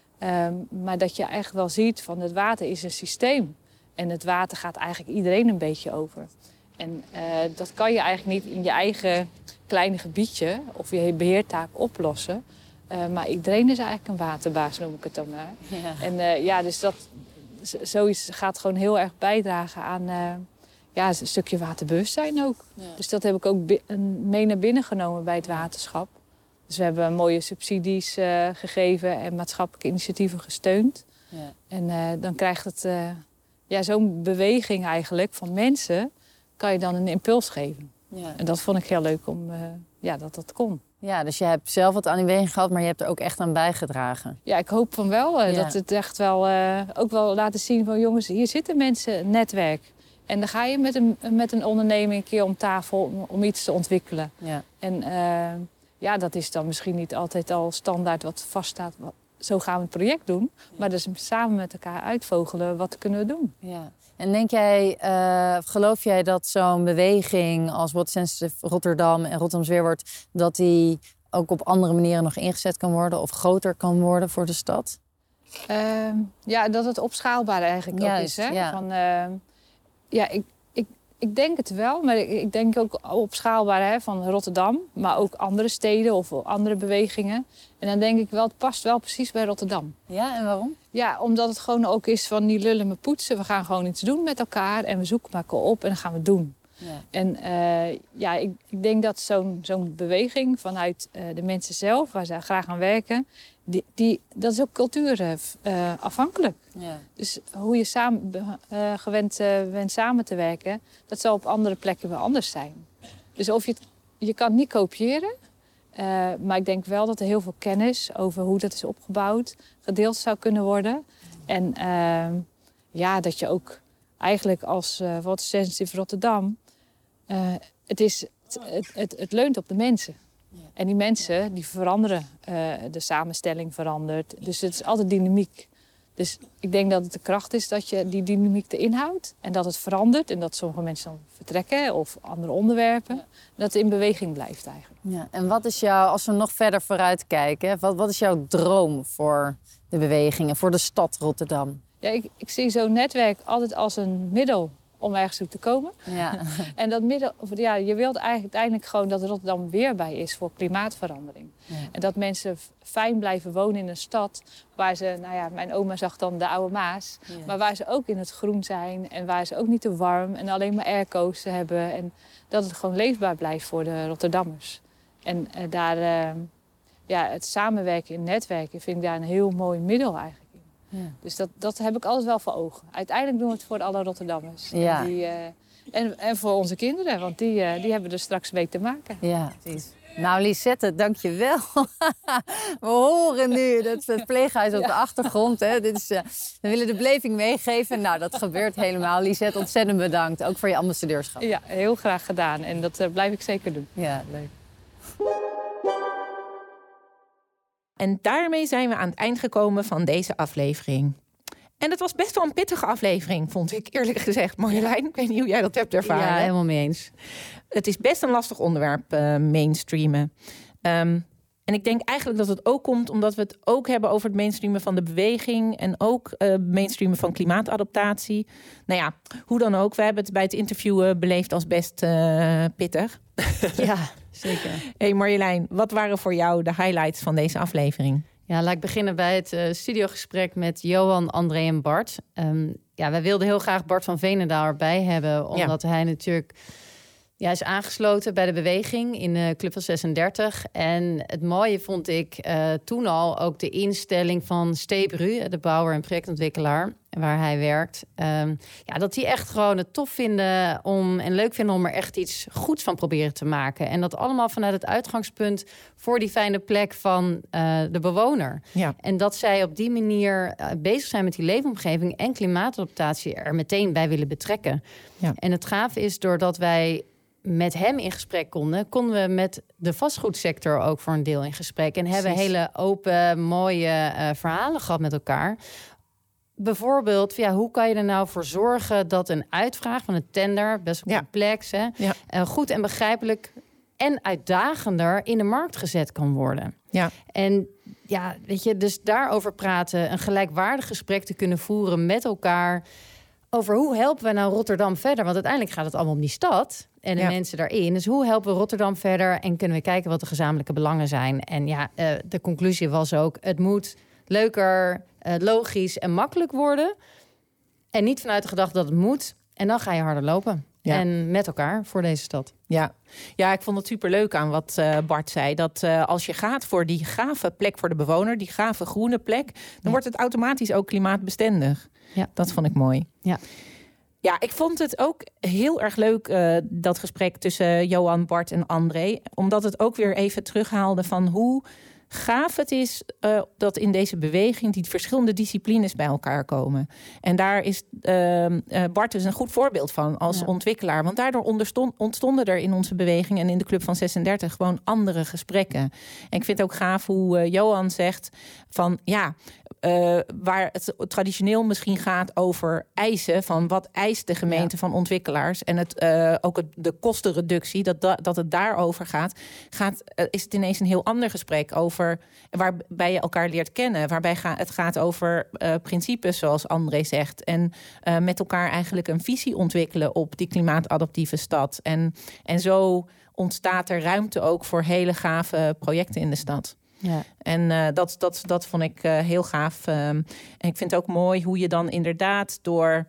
Um, maar dat je echt wel ziet van het water is een systeem. En het water gaat eigenlijk iedereen een beetje over. En uh, dat kan je eigenlijk niet in je eigen kleine gebiedje of je beheertaak oplossen. Uh, maar iedereen is eigenlijk een waterbaas, noem ik het dan maar. Ja. En uh, ja, dus dat zoiets gaat gewoon heel erg bijdragen aan uh, ja, een stukje waterbewustzijn ook. Ja. Dus dat heb ik ook bi- mee naar binnen genomen bij het waterschap. Dus we hebben mooie subsidies uh, gegeven en maatschappelijke initiatieven gesteund. Ja. En uh, dan krijgt het uh, ja, zo'n beweging eigenlijk van mensen, kan je dan een impuls geven. Ja. En dat vond ik heel leuk om uh, ja, dat dat kon. Ja, dus je hebt zelf wat aan die beweging gehad, maar je hebt er ook echt aan bijgedragen. Ja, ik hoop van wel. Uh, ja. Dat het echt wel uh, ook wel laten zien van jongens, hier zitten mensen, een netwerk. En dan ga je met een, met een onderneming een keer om tafel om, om iets te ontwikkelen. Ja. En uh, ja, dat is dan misschien niet altijd al standaard wat vaststaat. Wat, zo gaan we het project doen. Ja. Maar dus samen met elkaar uitvogelen, wat kunnen we doen? Ja. En denk jij, uh, geloof jij dat zo'n beweging als Water Sensitive Rotterdam en Rotterdams Weerwoord, dat die ook op andere manieren nog ingezet kan worden of groter kan worden voor de stad? Uh, ja, dat het opschaalbaar eigenlijk Juist, ook is. Hè? Ja, Van, uh, ja ik, ik, ik denk het wel, maar ik, ik denk ook opschaalbaar hè, van Rotterdam, maar ook andere steden of andere bewegingen. En dan denk ik wel, het past wel precies bij Rotterdam. Ja, en waarom? Ja, omdat het gewoon ook is van die lullen me poetsen. We gaan gewoon iets doen met elkaar en we zoeken elkaar op en dan gaan we doen. Ja. En uh, ja, ik, ik denk dat zo'n, zo'n beweging vanuit uh, de mensen zelf, waar ze graag aan werken, die, die, dat is ook cultuurafhankelijk. Uh, ja. Dus hoe je samen, uh, gewend uh, bent samen te werken, dat zal op andere plekken wel anders zijn. Dus of je, het, je kan het niet kopiëren. Uh, maar ik denk wel dat er heel veel kennis over hoe dat is opgebouwd gedeeld zou kunnen worden. En uh, ja, dat je ook eigenlijk als uh, Water Sensitive Rotterdam, uh, het, is, het, het, het, het leunt op de mensen. Ja. En die mensen die veranderen, uh, de samenstelling verandert. Dus het is altijd dynamiek. Dus ik denk dat het de kracht is dat je die dynamiek erin houdt. En dat het verandert en dat sommige mensen dan vertrekken of andere onderwerpen. Ja. Dat het in beweging blijft eigenlijk. Ja. En wat is jouw, als we nog verder vooruit kijken, wat, wat is jouw droom voor de bewegingen, voor de stad Rotterdam? Ja, ik, ik zie zo'n netwerk altijd als een middel om ergens toe te komen. Ja. En dat middel, ja, je wilt eigenlijk uiteindelijk gewoon dat Rotterdam weerbaar is voor klimaatverandering. Ja. En dat mensen fijn blijven wonen in een stad waar ze, nou ja, mijn oma zag dan de Oude Maas, ja. maar waar ze ook in het groen zijn en waar ze ook niet te warm en alleen maar airco's hebben. En dat het gewoon leefbaar blijft voor de Rotterdammers. En uh, daar, uh, ja, het samenwerken in netwerken vind ik daar een heel mooi middel eigenlijk. Ja. Dus dat, dat heb ik altijd wel voor ogen. Uiteindelijk doen we het voor alle Rotterdammers. Ja. En, die, uh, en, en voor onze kinderen, want die, uh, die hebben er straks mee te maken. Ja, precies. Nou, Lisette, dank je wel. We horen nu het verpleeghuis op ja. de achtergrond. Hè. Dit is, uh, we willen de beleving meegeven. Nou, dat gebeurt helemaal. Lisette, ontzettend bedankt. Ook voor je ambassadeurschap. Ja, heel graag gedaan. En dat uh, blijf ik zeker doen. Ja, leuk. En daarmee zijn we aan het eind gekomen van deze aflevering. En het was best wel een pittige aflevering, vond ik eerlijk gezegd. Marjolein, ik weet niet hoe jij dat hebt ervaren. Ja, helemaal mee eens. Het is best een lastig onderwerp, uh, mainstreamen. Um, en ik denk eigenlijk dat het ook komt omdat we het ook hebben over het mainstreamen van de beweging. En ook uh, mainstreamen van klimaatadaptatie. Nou ja, hoe dan ook. We hebben het bij het interviewen beleefd als best uh, pittig. Ja, zeker. Hey Marjolein, wat waren voor jou de highlights van deze aflevering? Ja, laat ik beginnen bij het uh, studiogesprek met Johan, André en Bart. Um, ja, wij wilden heel graag Bart van Veenendaal erbij hebben, omdat ja. hij natuurlijk ja, is aangesloten bij de beweging in de Club van zesendertig. En het mooie vond ik uh, toen al ook de instelling van Stebru, de bouwer en projectontwikkelaar, waar hij werkt. Um, ja, dat die echt gewoon het tof vinden om en leuk vinden om er echt iets goeds van proberen te maken. En dat allemaal vanuit het uitgangspunt voor die fijne plek van uh, de bewoner. Ja. En dat zij op die manier uh, bezig zijn met die leefomgeving en klimaatadaptatie er meteen bij willen betrekken. Ja. En het gaaf is doordat wij met hem in gesprek konden, konden we met de vastgoedsector ook voor een deel in gesprek. En hebben hele open, mooie uh, verhalen gehad met elkaar. Bijvoorbeeld, ja, hoe kan je er nou voor zorgen dat een uitvraag van een tender, best wel complex, hè, ja. uh, goed en begrijpelijk en uitdagender in de markt gezet kan worden. Ja. En ja, weet je, dus daarover praten, een gelijkwaardig gesprek te kunnen voeren met elkaar over hoe helpen we nou Rotterdam verder? Want uiteindelijk gaat het allemaal om die stad en de ja. mensen daarin. Dus hoe helpen we Rotterdam verder en kunnen we kijken wat de gezamenlijke belangen zijn? En ja, uh, de conclusie was ook, het moet leuker, uh, logisch en makkelijk worden. En niet vanuit de gedachte dat het moet. En dan ga je harder lopen. Ja. En met elkaar voor deze stad. Ja, ja, ik vond het superleuk aan wat uh, Bart zei. Dat uh, als je gaat voor die gave plek voor de bewoner, die gave groene plek, dan ja. wordt het automatisch ook klimaatbestendig. Ja. Dat vond ik mooi. Ja. Ja, ik vond het ook heel erg leuk, uh, dat gesprek tussen Johan, Bart en André. Omdat het ook weer even terughaalde van hoe gaaf het is uh, dat in deze beweging die verschillende disciplines bij elkaar komen. En daar is uh, uh, Bart dus een goed voorbeeld van als ja. ontwikkelaar. Want daardoor onderstond, ontstonden er in onze beweging en in de Club van zesendertig gewoon andere gesprekken. En ik vind het ook gaaf hoe uh, Johan zegt van ja, Uh, waar het traditioneel misschien gaat over eisen, van wat eist de gemeente ja. van ontwikkelaars en het, uh, ook het, de kostenreductie, dat, da, dat het daarover gaat, gaat uh, is het ineens een heel ander gesprek over waarbij je elkaar leert kennen, waarbij ga, het gaat over uh, principes, zoals André zegt, en uh, met elkaar eigenlijk een visie ontwikkelen op die klimaatadaptieve stad. En, en zo ontstaat er ruimte ook voor hele gave projecten in de stad. Ja. En uh, dat, dat, dat vond ik uh, heel gaaf. Um, en ik vind het ook mooi hoe je dan inderdaad door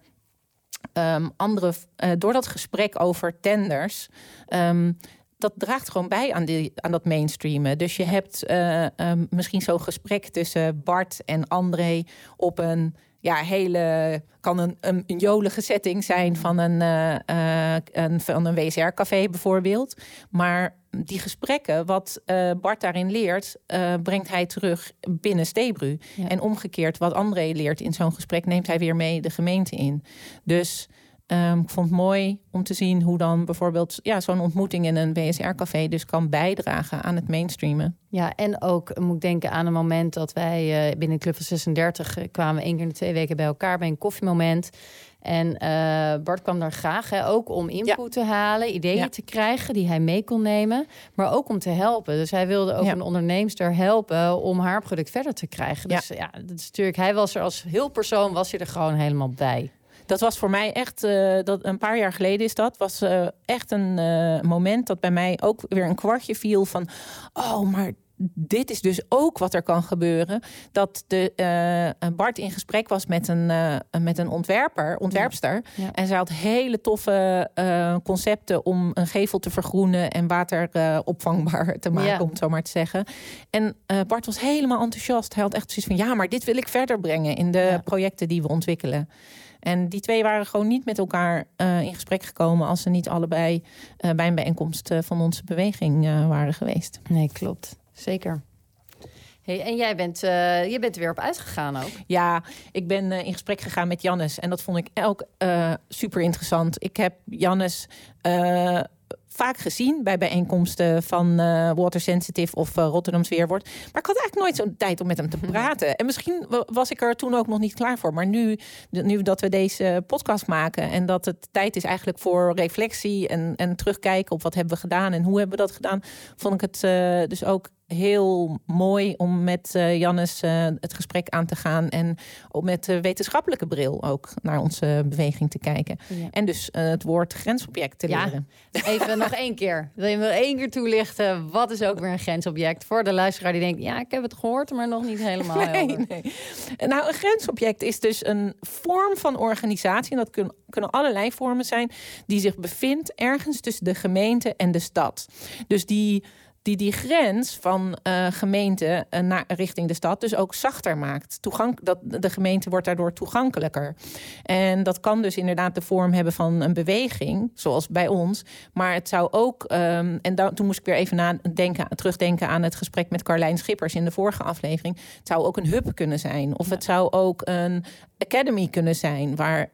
um, andere, uh, door dat gesprek over tenders, Um, dat draagt gewoon bij aan, die, aan dat mainstreamen. Dus je hebt uh, um, misschien zo'n gesprek tussen Bart en André op een ja, hele, kan een, een, een jolige setting zijn van een, uh, uh, een, van een W S R-café bijvoorbeeld. Maar die gesprekken, wat uh, Bart daarin leert, uh, brengt hij terug binnen Stebru. Ja. En omgekeerd, wat André leert in zo'n gesprek, neemt hij weer mee de gemeente in. Dus Um, ik vond het mooi om te zien hoe dan bijvoorbeeld ja, zo'n ontmoeting in een W S R-café dus kan bijdragen aan het mainstreamen. Ja, en ook moet ik denken aan een moment dat wij uh, binnen de Club van zesendertig uh, kwamen één keer in de twee weken bij elkaar bij een koffiemoment. En uh, Bart kwam daar graag, hè, ook om input ja. te halen, ideeën ja. te krijgen die hij mee kon nemen, maar ook om te helpen. Dus hij wilde ook ja. een onderneemster helpen om haar product verder te krijgen. Dus ja, ja dat is natuurlijk, hij was er als hulppersoon, was hij er gewoon helemaal bij. Dat was voor mij echt, uh, dat een paar jaar geleden is dat, was uh, echt een uh, moment dat bij mij ook weer een kwartje viel van, oh, maar dit is dus ook wat er kan gebeuren. Dat de uh, Bart in gesprek was met een, uh, met een ontwerper, ontwerpster. Ja. Ja. En zij had hele toffe uh, concepten om een gevel te vergroenen en water uh, opvangbaar te maken, ja. om het zo maar te zeggen. En uh, Bart was helemaal enthousiast. Hij had echt zoiets van, ja, maar dit wil ik verder brengen in de ja. projecten die we ontwikkelen. En die twee waren gewoon niet met elkaar uh, in gesprek gekomen als ze niet allebei uh, bij een bijeenkomst uh, van onze beweging uh, waren geweest. Nee, klopt. Zeker. Hey, en jij bent, uh, je bent er weer op uitgegaan ook. Ja, ik ben uh, in gesprek gegaan met Jannes. En dat vond ik ook uh, super interessant. Ik heb Jannes Uh, vaak gezien bij bijeenkomsten van uh, Water Sensitive of uh, Rotterdams Weerwoord. Maar ik had eigenlijk nooit zo'n tijd om met hem te praten. En misschien was ik er toen ook nog niet klaar voor. Maar nu, nu dat we deze podcast maken en dat het tijd is eigenlijk voor reflectie en, en terugkijken op wat hebben we gedaan en hoe hebben we dat gedaan, vond ik het uh, dus ook heel mooi om met uh, Jannes uh, het gesprek aan te gaan en om met de wetenschappelijke bril ook naar onze beweging te kijken. Ja. En dus uh, het woord grensobject te ja. leren. Even nog één keer. Wil je me één keer toelichten? Wat is ook weer een grensobject? Voor de luisteraar die denkt, ja, ik heb het gehoord, maar nog niet helemaal nee, helder. Nee. Nou, een grensobject is dus een vorm van organisatie, en dat kunnen, kunnen allerlei vormen zijn, die zich bevindt ergens tussen de gemeente en de stad. Dus die die die grens van uh, gemeente uh, naar, richting de stad dus ook zachter maakt. Toegank, dat, de gemeente wordt daardoor toegankelijker. En dat kan dus inderdaad de vorm hebben van een beweging, zoals bij ons. Maar het zou ook, um, en da- toen moest ik weer even nadenken, terugdenken aan het gesprek met Carlijn Schippers in de vorige aflevering. Het zou ook een hub kunnen zijn. Of ja. het zou ook een academy kunnen zijn, waar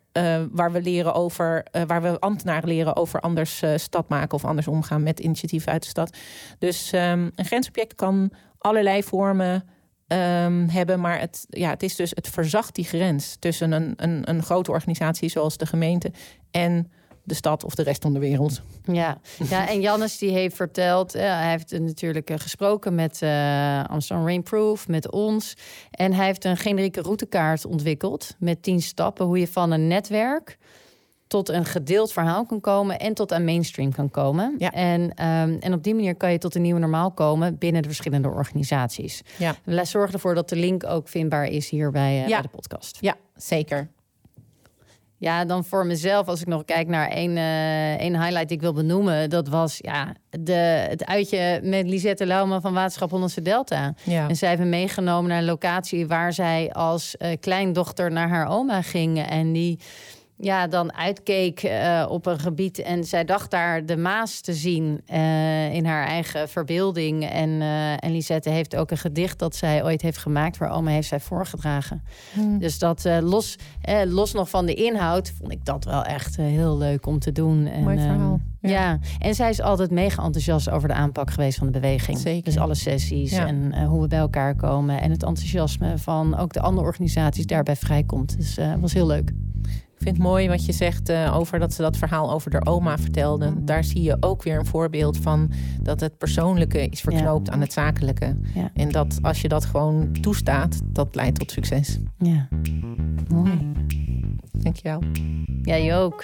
Uh, waar we leren over, uh, waar we ambtenaren leren over anders uh, stad maken of anders omgaan met initiatieven uit de stad. Dus um, een grensobject kan allerlei vormen um, hebben, maar het, ja, het is dus het verzacht die grens tussen een, een, een grote organisatie zoals de gemeente en de stad of de rest van de wereld. Ja, ja en Jannes die heeft verteld, uh, hij heeft natuurlijk uh, gesproken met uh, Amsterdam Rainproof, met ons. En hij heeft een generieke routekaart ontwikkeld met tien stappen hoe je van een netwerk tot een gedeeld verhaal kan komen en tot aan mainstream kan komen. Ja. En, um, en op die manier kan je tot een nieuwe normaal komen binnen de verschillende organisaties. Ja. We zorgen ervoor dat de link ook vindbaar is hier bij, uh, ja. bij de podcast. Ja, zeker. Ja, dan voor mezelf, als ik nog kijk naar één, uh, één highlight die ik wil benoemen, dat was ja, de, het uitje met Lisette Lauwman van Waterschap Hollandse Delta. Ja. En zij heeft me meegenomen naar een locatie waar zij als uh, kleindochter naar haar oma ging. En die ja, dan uitkeek uh, op een gebied en zij dacht daar de Maas te zien uh, in haar eigen verbeelding. En, uh, en Lisette heeft ook een gedicht dat zij ooit heeft gemaakt, waar oma heeft zij voorgedragen. Hmm. Dus dat uh, los, eh, los nog van de inhoud, vond ik dat wel echt uh, heel leuk om te doen. En, mooi verhaal. Uh, ja. ja, en zij is altijd mega enthousiast over de aanpak geweest van de beweging. Zeker. Dus alle sessies ja. en uh, hoe we bij elkaar komen en het enthousiasme van ook de andere organisaties daarbij vrijkomt. Dus het uh, was heel leuk. Ik vind het mooi wat je zegt uh, over dat ze dat verhaal over de oma vertelde. Daar zie je ook weer een voorbeeld van dat het persoonlijke is verknoopt ja. aan het zakelijke. Ja. En dat als je dat gewoon toestaat, dat leidt tot succes. Ja, mooi. Dankjewel. Jij ook.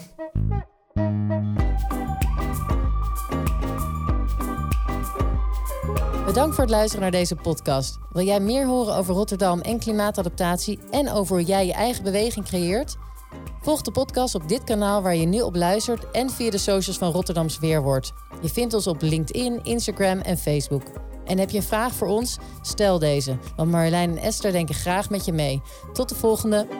Bedankt voor het luisteren naar deze podcast. Wil jij meer horen over Rotterdam en klimaatadaptatie en over hoe jij je eigen beweging creëert? Volg de podcast op dit kanaal waar je nu op luistert en via de socials van Rotterdams Weerwoord. Je vindt ons op LinkedIn, Instagram en Facebook. En heb je een vraag voor ons? Stel deze, want Marjolein en Esther denken graag met je mee. Tot de volgende.